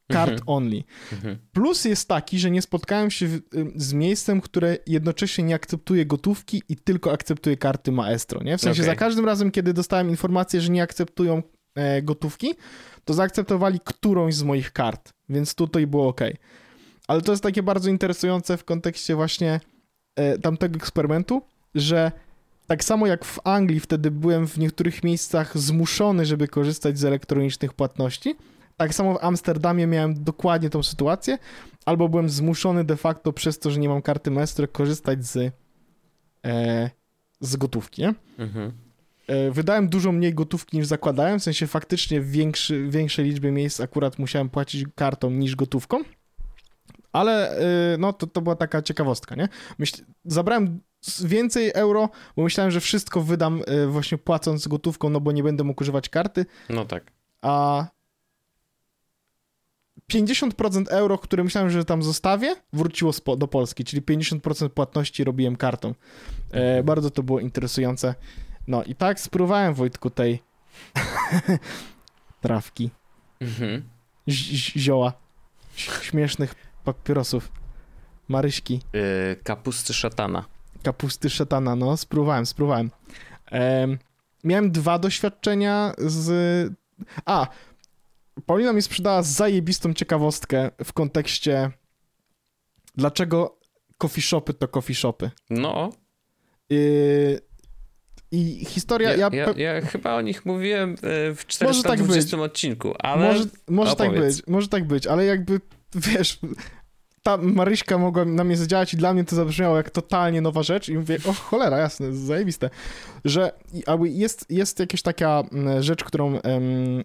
card Mhm. only. Mhm. Plus jest taki, że nie spotkałem się w, z miejscem, które jednocześnie nie akceptuje gotówki i tylko akceptuje karty Maestro, nie? W sensie Okej. za każdym razem, kiedy dostałem informację, że nie akceptują e, gotówki, to zaakceptowali którąś z moich kart, więc tutaj było ok. Ale to jest takie bardzo interesujące w kontekście właśnie e, tamtego eksperymentu, że tak samo jak w Anglii wtedy byłem w niektórych miejscach zmuszony, żeby korzystać z elektronicznych płatności, tak samo w Amsterdamie miałem dokładnie tą sytuację, albo byłem zmuszony de facto przez to, że nie mam karty Maestro, korzystać z, e, z gotówki, nie? Mhm. E, wydałem dużo mniej gotówki niż zakładałem, w sensie faktycznie w większy, większej liczbie miejsc akurat musiałem płacić kartą niż gotówką, ale e, no to, to była taka ciekawostka, nie? Myśl, zabrałem więcej euro, bo myślałem, że wszystko wydam e, właśnie płacąc gotówką, no bo nie będę mógł używać karty, No tak. a pięćdziesiąt procent euro, które myślałem, że tam zostawię, wróciło spo, do Polski, czyli pięćdziesiąt procent płatności robiłem kartą. E, bardzo to było interesujące. No i tak spróbowałem, Wojtku, tej trawki, Mhm. zi- zi- zioła, ś- śmiesznych papierosów, maryśki, Yy, kapusty szatana. kapusty szatana, no spróbowałem, spróbowałem. Em, miałem dwa doświadczenia z... A, Paulina mi sprzedała zajebistą ciekawostkę w kontekście dlaczego coffee shopy to coffee shopy. No, Yy, I historia... ja, Ja, ja, pe- ja chyba o nich mówiłem e, w czterysta dwudziestym odcinku, ale może może tak opowiedz. być, może tak być, ale jakby, wiesz, ta Maryśka mogła na mnie zadziałać i dla mnie to zabrzmiało jak totalnie nowa rzecz i mówię, o cholera, jasne, zajebiste, że jakby jest, jest jakaś taka mm, rzecz, którą em,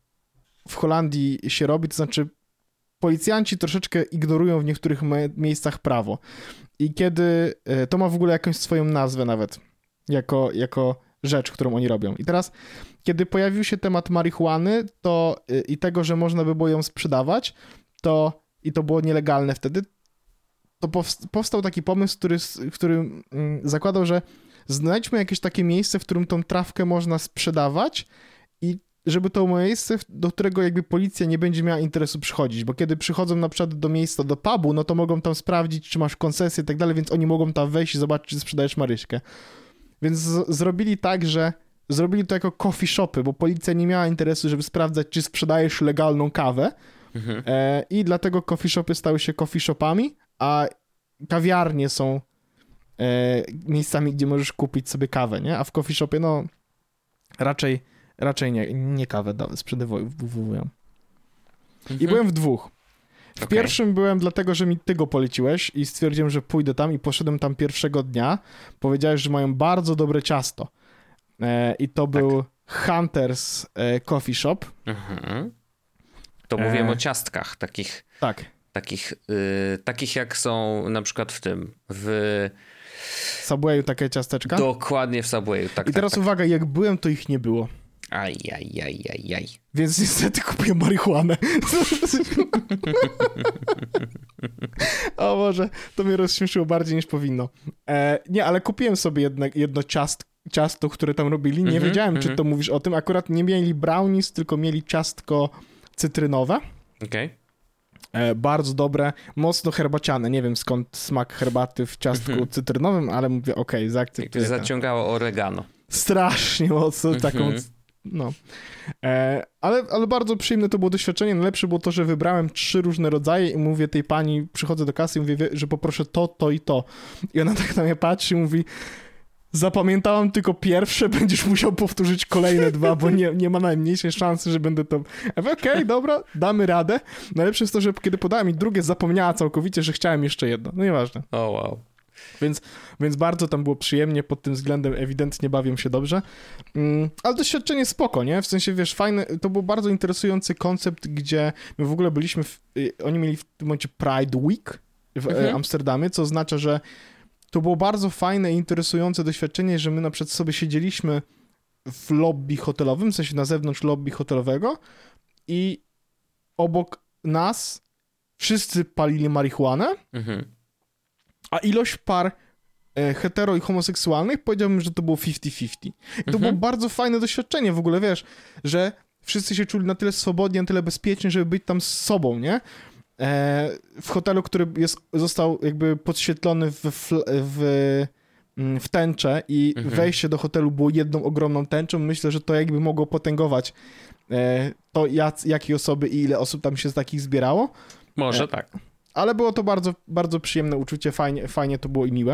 w Holandii się robi, to znaczy policjanci troszeczkę ignorują w niektórych me- miejscach prawo i kiedy, e, to ma w ogóle jakąś swoją nazwę nawet, jako, jako rzecz, którą oni robią. I teraz, kiedy pojawił się temat marihuany to y, i tego, że można by było ją sprzedawać, to i to było nielegalne wtedy, to powst- powstał taki pomysł, który, s- który mm, zakładał, że znajdźmy jakieś takie miejsce, w którym tą trawkę można sprzedawać i żeby to miejsce, w- do którego jakby policja nie będzie miała interesu przychodzić, bo kiedy przychodzą na przykład do miejsca, do pubu, no to mogą tam sprawdzić, czy masz koncesję i tak dalej, więc oni mogą tam wejść i zobaczyć, czy sprzedajesz Maryśkę. Więc z- zrobili tak, że zrobili to jako coffee shopy, bo policja nie miała interesu, żeby sprawdzać, czy sprzedajesz legalną kawę Mhm. e, i dlatego coffee shopy stały się coffee shopami, a kawiarnie są e, miejscami, gdzie możesz kupić sobie kawę, nie? A w coffee shopie, no raczej, raczej nie, nie kawę da- sprzedawują. I Mhm. byłem w dwóch. W Okej. pierwszym byłem dlatego, że mi ty go poleciłeś i stwierdziłem, że pójdę tam i poszedłem tam pierwszego dnia. Powiedziałeś, że mają bardzo dobre ciasto. E, I to był Hunters e, Coffee Shop. Mhm. To mówiłem E. o ciastkach, takich, Tak. takich, y, takich jak są na przykład w tym, w W Subwayu takie ciasteczka. dokładnie w Subwayu. Tak, I teraz tak, tak. uwaga, jak byłem, to ich nie było. Aj, aj, aj, aj, aj. Więc niestety kupiłem marihuanę. O Boże, to mnie rozśmieszyło bardziej niż powinno. E, nie, ale kupiłem sobie jedno, jedno ciast, ciasto, które tam robili. Nie Mhm, wiedziałem, czy mhm. to mówisz o tym. Akurat nie mieli brownies, tylko mieli ciastko cytrynowe. Okej. E, bardzo dobre, mocno herbaciane. Nie wiem skąd smak herbaty w ciastku Mhm. cytrynowym, ale mówię, okej, Okay. zaakceptuję to. Zaciągało oregano. Strasznie mocno taką, Mhm. no. E, ale, ale bardzo przyjemne to było doświadczenie. Najlepsze było to, że wybrałem trzy różne rodzaje i mówię tej pani, przychodzę do kasy i mówię, wie- że poproszę to, to i to. I ona tak na mnie patrzy i mówi, zapamiętałam tylko pierwsze, będziesz musiał powtórzyć kolejne dwa, bo nie, nie ma najmniejszej szansy, że będę to... Ja mówię, okej, dobra, damy radę. Najlepsze jest to, że kiedy podała mi drugie, zapomniała całkowicie, że chciałem jeszcze jedno. No nieważne. O, oh, wow. Więc, więc bardzo tam było przyjemnie, pod tym względem ewidentnie bawią się dobrze. Mm, ale doświadczenie spoko, nie? W sensie, wiesz, fajne, to był bardzo interesujący koncept, gdzie my w ogóle byliśmy, w, y, oni mieli w tym momencie Pride Week w Mhm. mhm. Amsterdamie, co oznacza, że to było bardzo fajne i interesujące doświadczenie, że my na przykład sobie siedzieliśmy w lobby hotelowym, w sensie na zewnątrz lobby hotelowego i obok nas wszyscy palili marihuanę, Mhm. a ilość par e, hetero i homoseksualnych powiedziałbym, że to było pięćdziesiąt pięćdziesiąt. I to Mhm. było bardzo fajne doświadczenie w ogóle, wiesz, że wszyscy się czuli na tyle swobodnie, na tyle bezpiecznie, żeby być tam z sobą, nie? E, w hotelu, który jest, został jakby podświetlony w, w, w, w tęczę i mhm. wejście do hotelu było jedną ogromną tęczą. Myślę, że to jakby mogło potęgować e, to, jak, jakie osoby i ile osób tam się z takich zbierało. Może e, tak. Ale było to bardzo, bardzo przyjemne uczucie, fajnie, fajnie to było i miłe.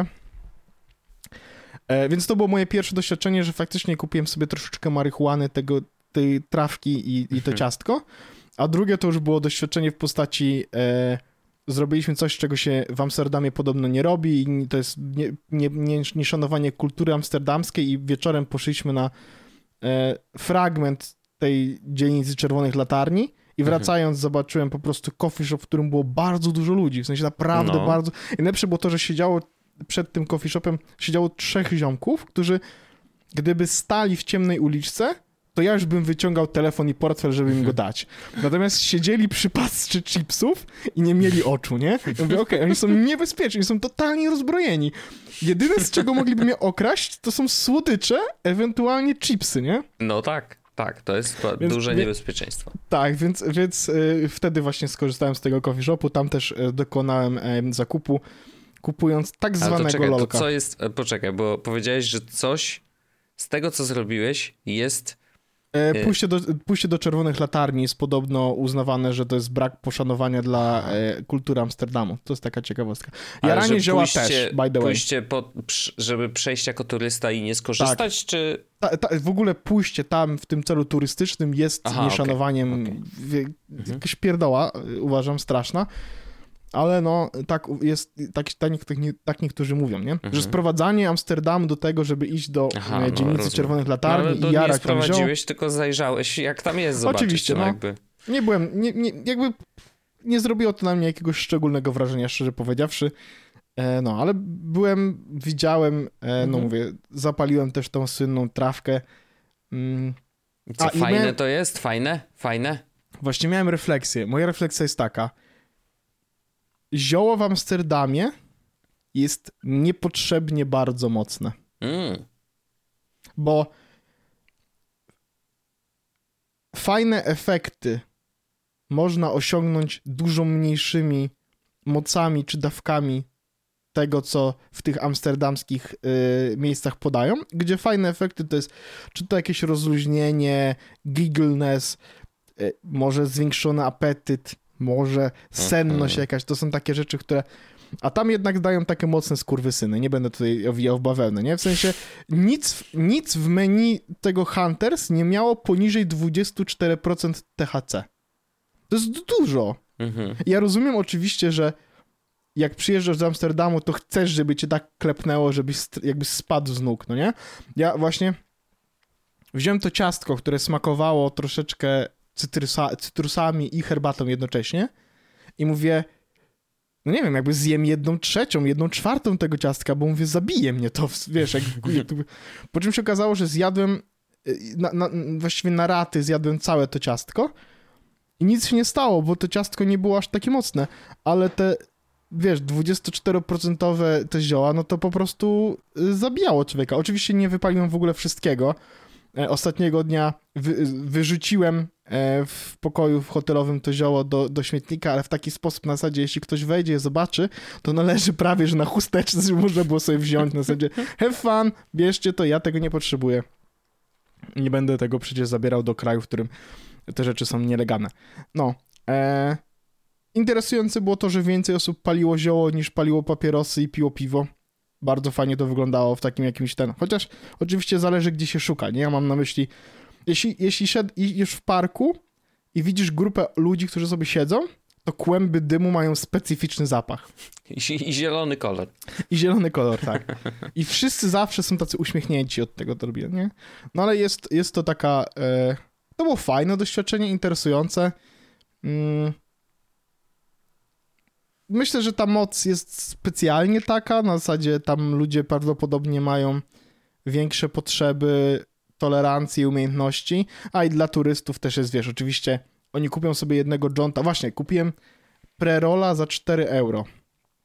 E, więc to było moje pierwsze doświadczenie, że faktycznie kupiłem sobie troszeczkę marihuany, tego, tej trawki i, i to ciastko. A drugie to już było doświadczenie w postaci e, zrobiliśmy coś, czego się w Amsterdamie podobno nie robi i to jest nie, nie, nie, nieszanowanie kultury amsterdamskiej i wieczorem poszliśmy na e, fragment tej dzielnicy Czerwonych Latarni i wracając mhm. zobaczyłem po prostu coffee shop, w którym było bardzo dużo ludzi, w sensie naprawdę no. bardzo... I najlepsze było to, że siedziało przed tym coffee shopem, siedziało trzech ziomków, którzy gdyby stali w ciemnej uliczce, to ja już bym wyciągał telefon i portfel, żeby im go dać. Natomiast siedzieli przy pasce chipsów i nie mieli oczu, nie? I mówię, okej, okay, oni są niebezpieczni, są totalnie rozbrojeni. Jedyne, z czego mogliby mnie okraść, to są słodycze, ewentualnie chipsy, nie? No tak, tak, to jest więc, duże wie, niebezpieczeństwo. Tak, więc, więc y, wtedy właśnie skorzystałem z tego coffee shopu, tam też y, dokonałem y, zakupu, kupując tak zwanego Ale to czekaj, lolka. To co jest, poczekaj, bo powiedziałeś, że coś z tego, co zrobiłeś, jest... Pójście do, pójście do Czerwonych Latarni jest podobno uznawane, że to jest brak poszanowania dla e, kultury Amsterdamu. To jest taka ciekawostka. Jaranie zioła pójście, też, by the way. Pójście, po, żeby przejść jako turysta i nie skorzystać, tak. czy... Ta, ta, w ogóle pójście tam w tym celu turystycznym jest Aha, nieszanowaniem. Okay. Okay. W, jakaś pierdoła, uważam, straszna. Ale no, tak jest, tak, tak, tak niektórzy mówią, nie? Mhm. Że sprowadzanie Amsterdamu do tego, żeby iść do Aha, no, dzielnicy rozumiem. Czerwonych Latarni no, i jarać tam nie sprowadziłeś, tylko zajrzałeś, jak tam jest, zobaczyć. Oczywiście, no. Jakby. Nie byłem, nie, nie, jakby nie zrobiło to na mnie jakiegoś szczególnego wrażenia, szczerze powiedziawszy. E, no, ale byłem, widziałem, e, mhm. no mówię, zapaliłem też tą słynną trawkę. Mm. Co, A, fajne miałem... to jest? Fajne? Fajne? Właśnie miałem refleksję. Moja refleksja jest taka. Zioło w Amsterdamie jest niepotrzebnie bardzo mocne. Mm. Bo fajne efekty można osiągnąć dużo mniejszymi mocami czy dawkami tego, co w tych amsterdamskich y, miejscach podają, gdzie fajne efekty to jest czy to jakieś rozluźnienie, giggleness, y, może zwiększony apetyt, może senność okay. jakaś, to są takie rzeczy, które... A tam jednak dają takie mocne skurwysyny, nie będę tutaj owijał w bawełnę, nie? W sensie nic, nic w menu tego Hunters nie miało poniżej dwadzieścia cztery procent T H C. To jest dużo. Mm-hmm. Ja rozumiem oczywiście, że jak przyjeżdżasz do Amsterdamu, to chcesz, żeby cię tak klepnęło, żebyś jakby spadł z nóg, no nie? Ja właśnie wziąłem to ciastko, które smakowało troszeczkę cytrusa, cytrusami i herbatą jednocześnie i mówię, no nie wiem, jakby zjem jedną trzecią, jedną czwartą tego ciastka, bo mówię, zabije mnie to, wiesz, jak, jak, po czym się okazało, że zjadłem na, na, właściwie na raty zjadłem całe to ciastko i nic się nie stało, bo to ciastko nie było aż takie mocne, ale te, wiesz, dwadzieścia cztery procent te zioła, no to po prostu zabijało człowieka. Oczywiście nie wypaliłem w ogóle wszystkiego. Ostatniego dnia wy, wyrzuciłem w pokoju hotelowym to zioło do, do śmietnika, ale w taki sposób na zasadzie, jeśli ktoś wejdzie i zobaczy, to należy prawie, że na chusteczce, żeby można było sobie wziąć na zasadzie have fun, bierzcie to, ja tego nie potrzebuję. Nie będę tego przecież zabierał do kraju, w którym te rzeczy są nielegalne. No. E, interesujące było to, że więcej osób paliło zioło niż paliło papierosy i piło piwo. Bardzo fajnie to wyglądało w takim jakimś ten... Chociaż oczywiście zależy, gdzie się szuka, nie? Ja mam na myśli... Jeśli, jeśli szedł już w parku i widzisz grupę ludzi, którzy sobie siedzą, to kłęby dymu mają specyficzny zapach. I, i zielony kolor. I zielony kolor, tak. I wszyscy zawsze są tacy uśmiechnięci od tego, to robię, nie? No ale jest, jest to taka... E, to było fajne doświadczenie, interesujące. Mm. Myślę, że ta moc jest specjalnie taka, na zasadzie tam ludzie prawdopodobnie mają większe potrzeby tolerancji i umiejętności, a i dla turystów też jest, wiesz, oczywiście oni kupią sobie jednego jointa. Właśnie, kupiłem pre-rolla za cztery euro.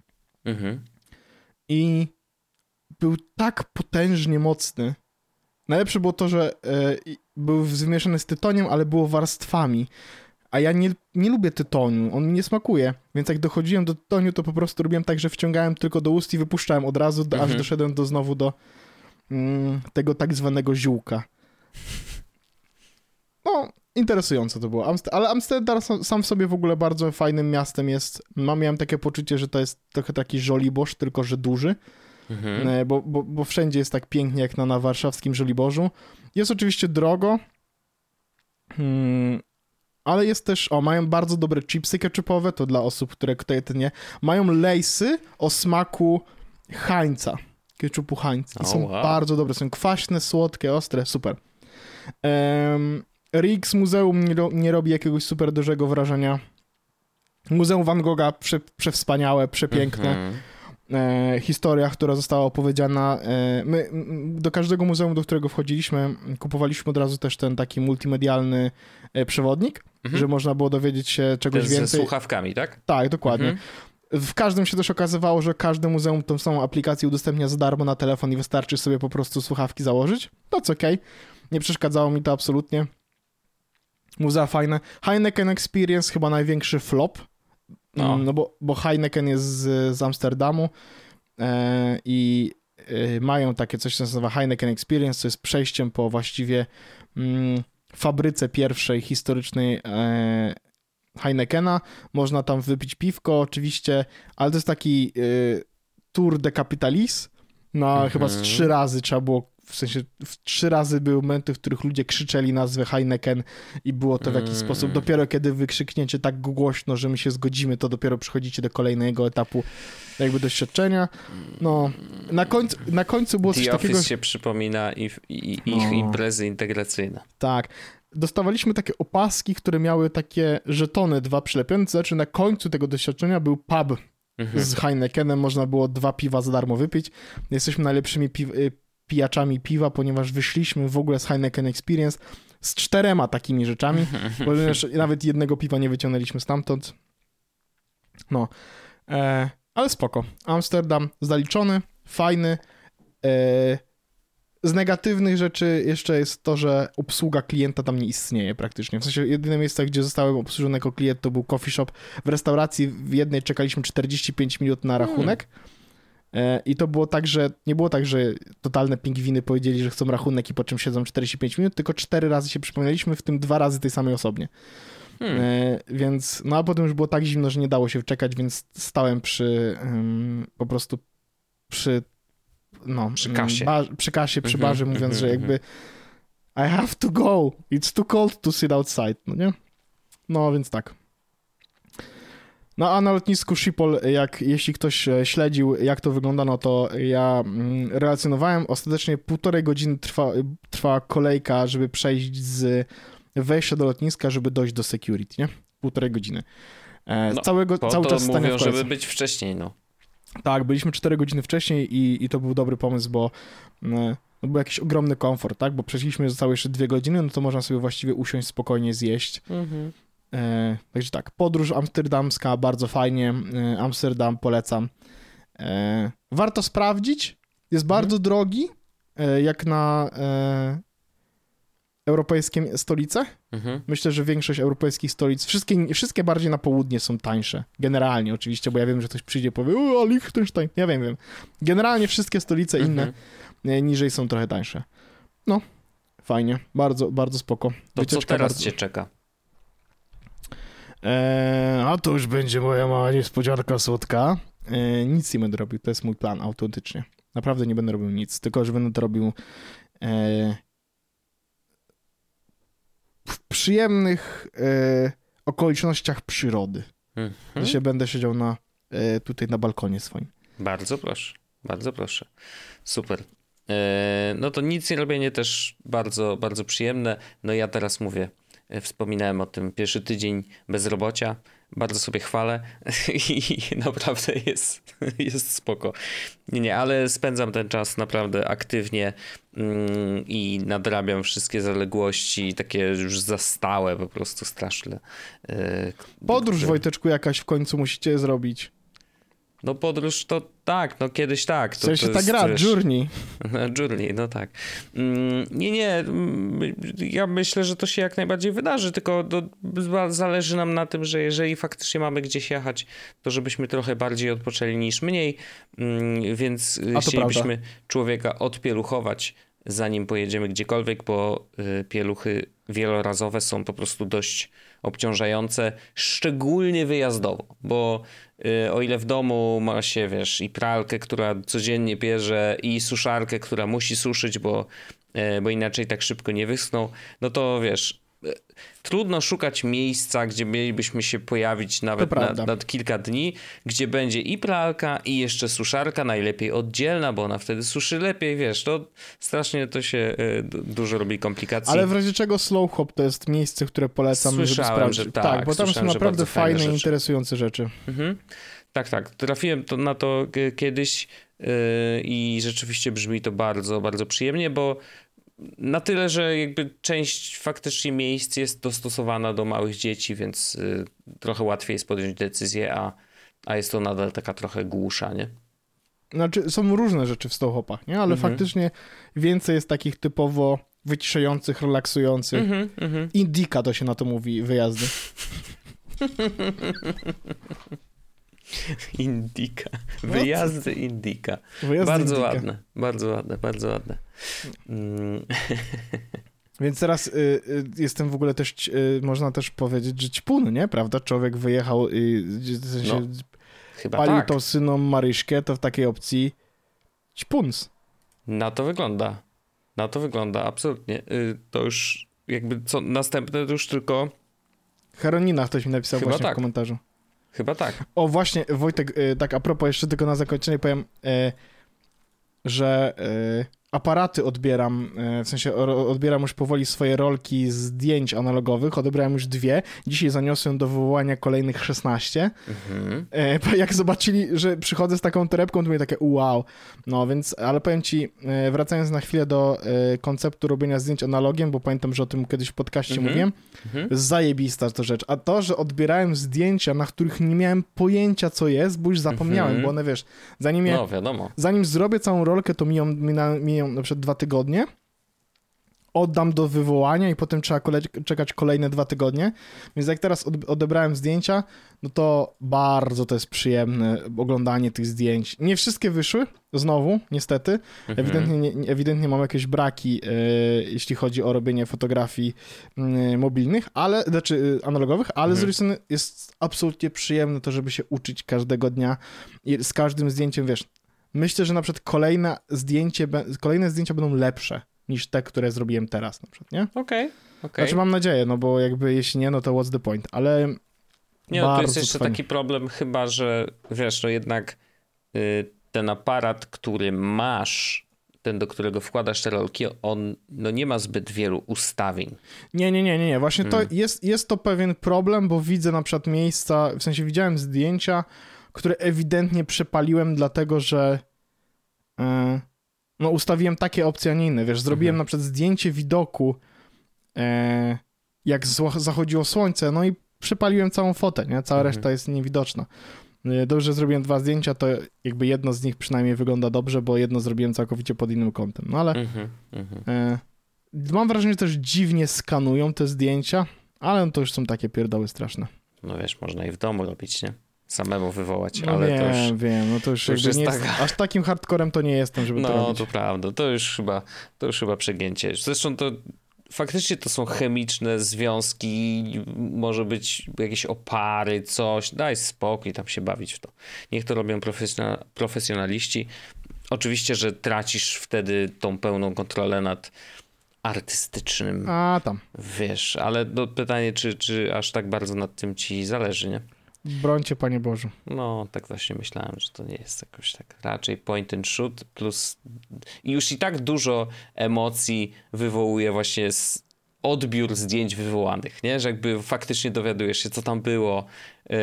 Mhm. I był tak potężnie mocny. Najlepsze było to, że e, był zmieszany z tytoniem, ale było warstwami. A ja nie, nie lubię tytoniu, on mi nie smakuje. Więc jak dochodziłem do tytoniu, to po prostu robiłem tak, że wciągałem tylko do ust i wypuszczałem od razu, do, mhm. aż doszedłem do znowu do mm, tego tak zwanego ziółka. No, interesujące to było. Amster- ale Amsterdam sam w sobie w ogóle bardzo fajnym miastem jest. Mam, miałem takie poczucie, że to jest trochę taki Żoliborz, tylko że duży. Mhm. Bo, bo, bo wszędzie jest tak pięknie jak na, na warszawskim Żoliborzu. Jest oczywiście drogo, hmm, ale jest też, o, mają bardzo dobre chipsy ketchupowe, to dla osób, które tutaj to nie. Mają lejsy o smaku Heinza, ketchupu Heinz. I oh, są wow. bardzo dobre, są kwaśne, słodkie, ostre, super. Um, Rijks Muzeum nie, ro, nie robi jakiegoś super dużego wrażenia. Muzeum Van Gogha prze, przewspaniałe, przepiękne. Mm-hmm. E, historia, która została opowiedziana. E, my m, do każdego muzeum, do którego wchodziliśmy, kupowaliśmy od razu też ten taki multimedialny e, przewodnik, mm-hmm. że można było dowiedzieć się czegoś Ten więcej. Ze słuchawkami, tak? Tak, dokładnie. Mm-hmm. W każdym się też okazywało, że każde muzeum tą samą aplikację udostępnia za darmo na telefon i wystarczy sobie po prostu słuchawki założyć. To co okej. Okay. Nie przeszkadzało mi to absolutnie. Muzea fajne. Heineken Experience chyba największy flop. No, no bo, bo Heineken jest z, z Amsterdamu e, i e, mają takie coś, co się nazywa Heineken Experience, co jest przejściem po właściwie mm, fabryce pierwszej historycznej e, Heinekena. Można tam wypić piwko oczywiście, ale to jest taki e, tour de capitalis. No mhm. chyba z trzy razy trzeba było, w sensie w trzy razy były momenty, w których ludzie krzyczeli nazwę Heineken i było to w jakiś mm. sposób. Dopiero kiedy wykrzykniecie tak głośno, że my się zgodzimy, to dopiero przechodzicie do kolejnego etapu jakby doświadczenia. No, na końcu, na końcu było coś The takiego... The Office się przypomina i, i, ich no. imprezy integracyjne. Tak. Dostawaliśmy takie opaski, które miały takie żetony dwa przylepione, to znaczy na końcu tego doświadczenia był pub mhm. z Heinekenem, można było dwa piwa za darmo wypić. Jesteśmy najlepszymi pi- pijaczami piwa, ponieważ wyszliśmy w ogóle z Heineken Experience z czterema takimi rzeczami, ponieważ nawet jednego piwa nie wyciągnęliśmy stamtąd. No, e, ale spoko. Amsterdam zaliczony, fajny. E, z negatywnych rzeczy jeszcze jest to, że obsługa klienta tam nie istnieje praktycznie. W sensie jedyne miejsce, gdzie zostałem obsłużony jako klient, to był coffee shop. W restauracji w jednej czekaliśmy czterdzieści pięć minut na rachunek. Hmm. I to było tak, że nie było tak, że totalne pingwiny powiedzieli, że chcą rachunek i po czym siedzą czterdzieści pięć minut, tylko cztery razy się przypomnieliśmy, w tym dwa razy tej samej osobnie. Hmm. E, więc, no a potem już było tak zimno, że nie dało się czekać, więc stałem przy, um, po prostu przy, no, przy kasie, ba, przy, kasie, przy mm-hmm, barze, mówiąc, mm-hmm, że jakby I have to go, it's too cold to sit outside, no nie? No, więc tak. No a na lotnisku Schiphol, jak, jeśli ktoś śledził, jak to wygląda, no to ja relacjonowałem. Ostatecznie półtorej godziny trwa, trwa kolejka, żeby przejść z wejścia do lotniska, żeby dojść do security, nie? Półtorej godziny. E, no, całego, cały to czas stania mówią, w kolejce. żeby być wcześniej, no. Tak, byliśmy cztery godziny wcześniej i, i to był dobry pomysł, bo no, był jakiś ogromny komfort, tak? Bo przeszliśmy, zostały jeszcze dwie godziny, no to można sobie właściwie usiąść, spokojnie zjeść. Mhm. E, także tak, podróż amsterdamska, bardzo fajnie, e, Amsterdam polecam. E, warto sprawdzić, jest bardzo mhm. drogi, e, jak na e, europejskie stolice. Mhm. Myślę, że większość europejskich stolic, wszystkie, wszystkie bardziej na południe są tańsze, generalnie oczywiście, bo ja wiem, że ktoś przyjdzie i powie, o, Liechtenstein, ja wiem, wiem. Generalnie wszystkie stolice mhm. inne e, niżej są trochę tańsze. No, fajnie, bardzo, bardzo spoko. To Wycieczka co teraz bardzo... cię czeka? Eee, a to już będzie moja mała niespodzianka słodka. Eee, nic nie będę robił, to jest mój plan, autentycznie. Naprawdę nie będę robił nic, tylko że będę to robił eee, w przyjemnych eee, okolicznościach przyrody. Mhm. Że się będę siedział na, eee, tutaj na balkonie swoim. Bardzo proszę, bardzo proszę. Super. Eee, no to nic nie robienie też bardzo, bardzo przyjemne. No ja teraz mówię, wspominałem o tym, pierwszy tydzień bezrobocia, bardzo sobie chwalę i naprawdę jest, jest spoko. Nie, nie, ale spędzam ten czas naprawdę aktywnie mm, i nadrabiam wszystkie zaległości, takie już zastałe, po prostu straszne. Podróż, które... Wojteczku, jakaś w końcu musicie zrobić. No podróż to tak, no kiedyś tak. To, W sensie to ta jest, gra, wiesz, Journey. Journey, no tak. Mm, nie, nie, mm, ja myślę, że to się jak najbardziej wydarzy, tylko to zależy nam na tym, że jeżeli faktycznie mamy gdzieś jechać, to żebyśmy trochę bardziej odpoczęli niż mniej, mm, więc chcielibyśmy prawda. człowieka odpieluchować, zanim pojedziemy gdziekolwiek, bo y, pieluchy wielorazowe są po prostu dość obciążające, szczególnie wyjazdowo, bo y, o ile w domu ma się, wiesz, i pralkę, która codziennie bierze, i suszarkę, która musi suszyć, bo, y, bo inaczej tak szybko nie wyschną, no to wiesz, y, trudno szukać miejsca, gdzie mielibyśmy się pojawić nawet na, na kilka dni, gdzie będzie i pralka, i jeszcze suszarka, najlepiej oddzielna, bo ona wtedy suszy lepiej, wiesz, to strasznie to się y, dużo robi komplikacji. Ale w razie czego Slow Hop to jest miejsce, które polecam, słyszałem, żeby sprawdzić. Że tak, tak, bo tam są naprawdę fajne, rzeczy. interesujące rzeczy. Mhm. Tak, tak. Trafiłem to, na to kiedyś yy, i rzeczywiście brzmi to bardzo, bardzo przyjemnie, bo na tyle, że jakby część faktycznie miejsc jest dostosowana do małych dzieci, więc y, trochę łatwiej jest podjąć decyzję, a, a jest to nadal taka trochę głusza, nie? Znaczy, są różne rzeczy w Slow Hopach, nie? Ale mhm. faktycznie więcej jest takich typowo wyciszających, relaksujących. Mhm, mhm. Indika to się na to mówi, wyjazdy. Indika. Wyjazdy Indika. Wyjazdy bardzo Indika. ładne, bardzo ładne, bardzo ładne. Mm. Więc teraz y, y, jestem w ogóle też, y, można też powiedzieć, że ćpun, nie? Prawda? Człowiek wyjechał i w sensie no, chyba palił tak. tą syną Maryśkę, to w takiej opcji ćpuns. Na to wygląda. Na to wygląda, absolutnie. Y, to już jakby co następne to już tylko... Heronina ktoś mi napisał chyba właśnie tak. w komentarzu. Chyba tak. O właśnie, Wojtek, y, tak a propos, jeszcze tylko na zakończenie powiem, y, że y, aparaty odbieram, y, w sensie o, odbieram już powoli swoje rolki zdjęć analogowych, odebrałem już dwie, dzisiaj zaniosłem do wywołania kolejnych szesnaście. Mhm. Y, jak zobaczyli, że przychodzę z taką torebką, to mówię takie wow. No więc, ale powiem ci, y, wracając na chwilę do y, konceptu robienia zdjęć analogiem, bo pamiętam, że o tym kiedyś w podcaście mhm. mówiłem, mhm. zajebista to rzecz. A to, że odbierałem zdjęcia, na których nie miałem pojęcia, co jest, bo już zapomniałem, mhm. bo one, wiesz, zanim ja, no, wiadomo. zanim zrobię całą rolkę, to miją, miją na przykład dwa tygodnie, oddam do wywołania i potem trzeba kole- czekać kolejne dwa tygodnie, więc jak teraz od- odebrałem zdjęcia, no to bardzo to jest przyjemne oglądanie tych zdjęć. Nie wszystkie wyszły, znowu, niestety. Mhm. Ewidentnie, nie, ewidentnie mam jakieś braki, yy, jeśli chodzi o robienie fotografii yy, mobilnych, ale, znaczy yy, analogowych, ale mhm. z drugiej strony jest absolutnie przyjemne to, żeby się uczyć każdego dnia i z każdym zdjęciem, wiesz, myślę, że na przykład kolejne zdjęcie, kolejne zdjęcia będą lepsze niż te, które zrobiłem teraz na przykład, nie? Okej, okay, okay. Znaczy mam nadzieję, no bo jakby jeśli nie, no to what's the point, ale nie, no to jest jeszcze fajnie. Taki problem chyba, że wiesz, no jednak y, ten aparat, który masz, ten, do którego wkładasz te rolki, on no nie ma zbyt wielu ustawień. Nie, nie, nie, nie, nie. Właśnie hmm. to jest, jest to pewien problem, bo widzę na przykład miejsca, w sensie widziałem zdjęcia, które ewidentnie przepaliłem, dlatego że yy, no ustawiłem takie opcje, a nie inne, wiesz, zrobiłem mhm. na przykład zdjęcie widoku, yy, jak zło- zachodziło słońce, no i przepaliłem całą fotę, nie? Cała mhm. reszta jest niewidoczna. Dobrze, że zrobiłem dwa zdjęcia, to jakby jedno z nich przynajmniej wygląda dobrze, bo jedno zrobiłem całkowicie pod innym kątem, no ale mhm. Mhm. Yy, mam wrażenie, że też dziwnie skanują te zdjęcia, ale no to już są takie pierdoły straszne. No wiesz, można i w domu robić, nie? Samemu wywołać, no ale wiem, to już... wiem, no to już, to już jest nie taka... jest, aż takim hardcorem to nie jestem, żeby no, to robić. No to prawda, to już chyba, to już chyba przegięcie. Zresztą to faktycznie to są chemiczne związki, może być jakieś opary, coś, daj spokój tam się bawić w to. Niech to robią profesjonal, profesjonaliści. Oczywiście, że tracisz wtedy tą pełną kontrolę nad artystycznym. A tam. Wiesz, ale no, pytanie, czy, czy aż tak bardzo nad tym ci zależy, nie? Brońcie, Panie Boże. No, tak właśnie myślałem, że to nie jest jakoś tak. Raczej point and shoot plus już i tak dużo emocji wywołuje właśnie odbiór zdjęć wywołanych, nie? Że jakby faktycznie dowiadujesz się, co tam było, yy,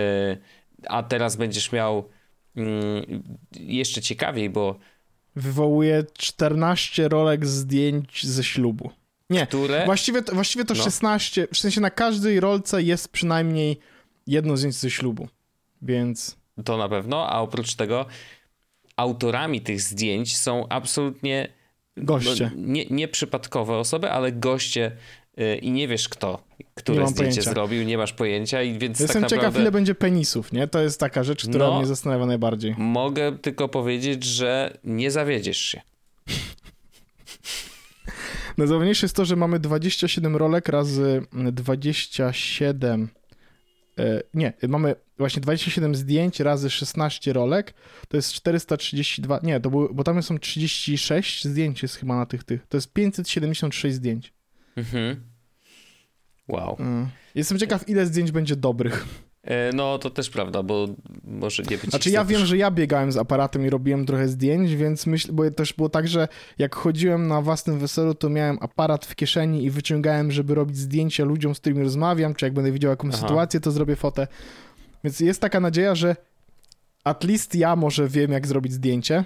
a teraz będziesz miał yy, jeszcze ciekawiej, bo wywołuje czternaście rolek zdjęć ze ślubu. Nie, które... właściwie to, właściwie to no. szesnaście, w sensie na każdej rolce jest przynajmniej jedno zdjęcie ze ślubu, więc... to na pewno, a oprócz tego autorami tych zdjęć są absolutnie goście. No, nie, nie przypadkowe osoby, ale goście yy, i nie wiesz kto, które zdjęcie pojęcia. zrobił, nie masz pojęcia i więc Jestem tak ciekaw, naprawdę... ile będzie penisów, nie? To jest taka rzecz, która no, mnie zastanawia najbardziej. Mogę tylko powiedzieć, że nie zawiedziesz się. Najzabawniejsze jest to, że mamy dwadzieścia siedem rolek razy dwadzieścia siedem... E, nie, mamy właśnie dwadzieścia siedem zdjęć razy szesnaście rolek, to jest czterysta trzydzieści dwa... Nie, to było, bo tam są trzydzieści sześć zdjęć jest chyba na tych tych. To jest pięćset siedemdziesiąt sześć zdjęć. Mhm. Wow. E, jestem ciekaw, ile zdjęć będzie dobrych. No, to też prawda, bo może nie być... Znaczy ja wiem, że ja biegałem z aparatem i robiłem trochę zdjęć, więc myślę, bo też było tak, że jak chodziłem na własnym weselu, to miałem aparat w kieszeni i wyciągałem, żeby robić zdjęcia ludziom, z którymi rozmawiam, czy jak będę widział jakąś Aha. sytuację, to zrobię fotę. Więc jest taka nadzieja, że at least ja może wiem, jak zrobić zdjęcie.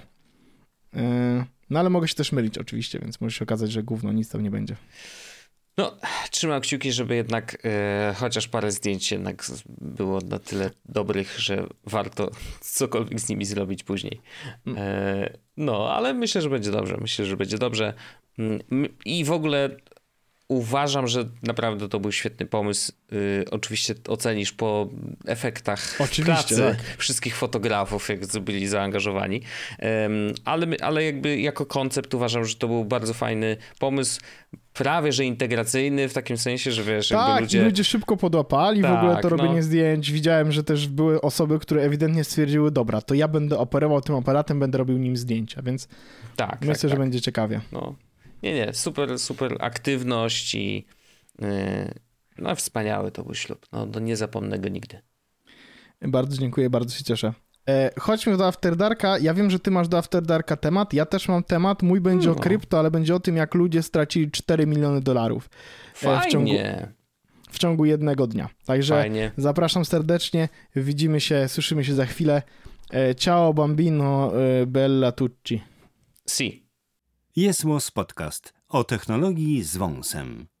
No ale mogę się też mylić oczywiście, więc może się okazać, że gówno, nic tam nie będzie. No, trzymam kciuki, żeby jednak e, chociaż parę zdjęć jednak było na tyle dobrych, że warto cokolwiek z nimi zrobić później. E, no, ale myślę, że będzie dobrze. Myślę, że będzie dobrze. I w ogóle uważam, że naprawdę to był świetny pomysł. Y, oczywiście ocenisz po efektach oczywiście, pracy tak. wszystkich fotografów, jak byli zaangażowani. Um, ale, ale jakby jako koncept uważam, że to był bardzo fajny pomysł. Prawie, że integracyjny w takim sensie, że wiesz, tak, jakby ludzie... i ludzie szybko podłapali tak, w ogóle to robienie no. zdjęć. Widziałem, że też były osoby, które ewidentnie stwierdziły, dobra, to ja będę operował tym aparatem, będę robił nim zdjęcia, więc tak, myślę, tak, że tak. będzie ciekawie. No. Nie, nie, super, super aktywność i yy, no wspaniały to był ślub. No, no nie zapomnę go nigdy. Bardzo dziękuję, bardzo się cieszę. E, chodźmy do After Darka. Ja wiem, że ty masz do After Darka temat. Ja też mam temat. Mój będzie no. o krypto, ale będzie o tym, jak ludzie stracili cztery miliony dolarów. Fajnie. E, w, ciągu, w ciągu jednego dnia. Także Fajnie. Zapraszam serdecznie. Widzimy się, słyszymy się za chwilę. E, ciao bambino, e, bella tucci. Si. Jest Podcast o technologii z wąsem.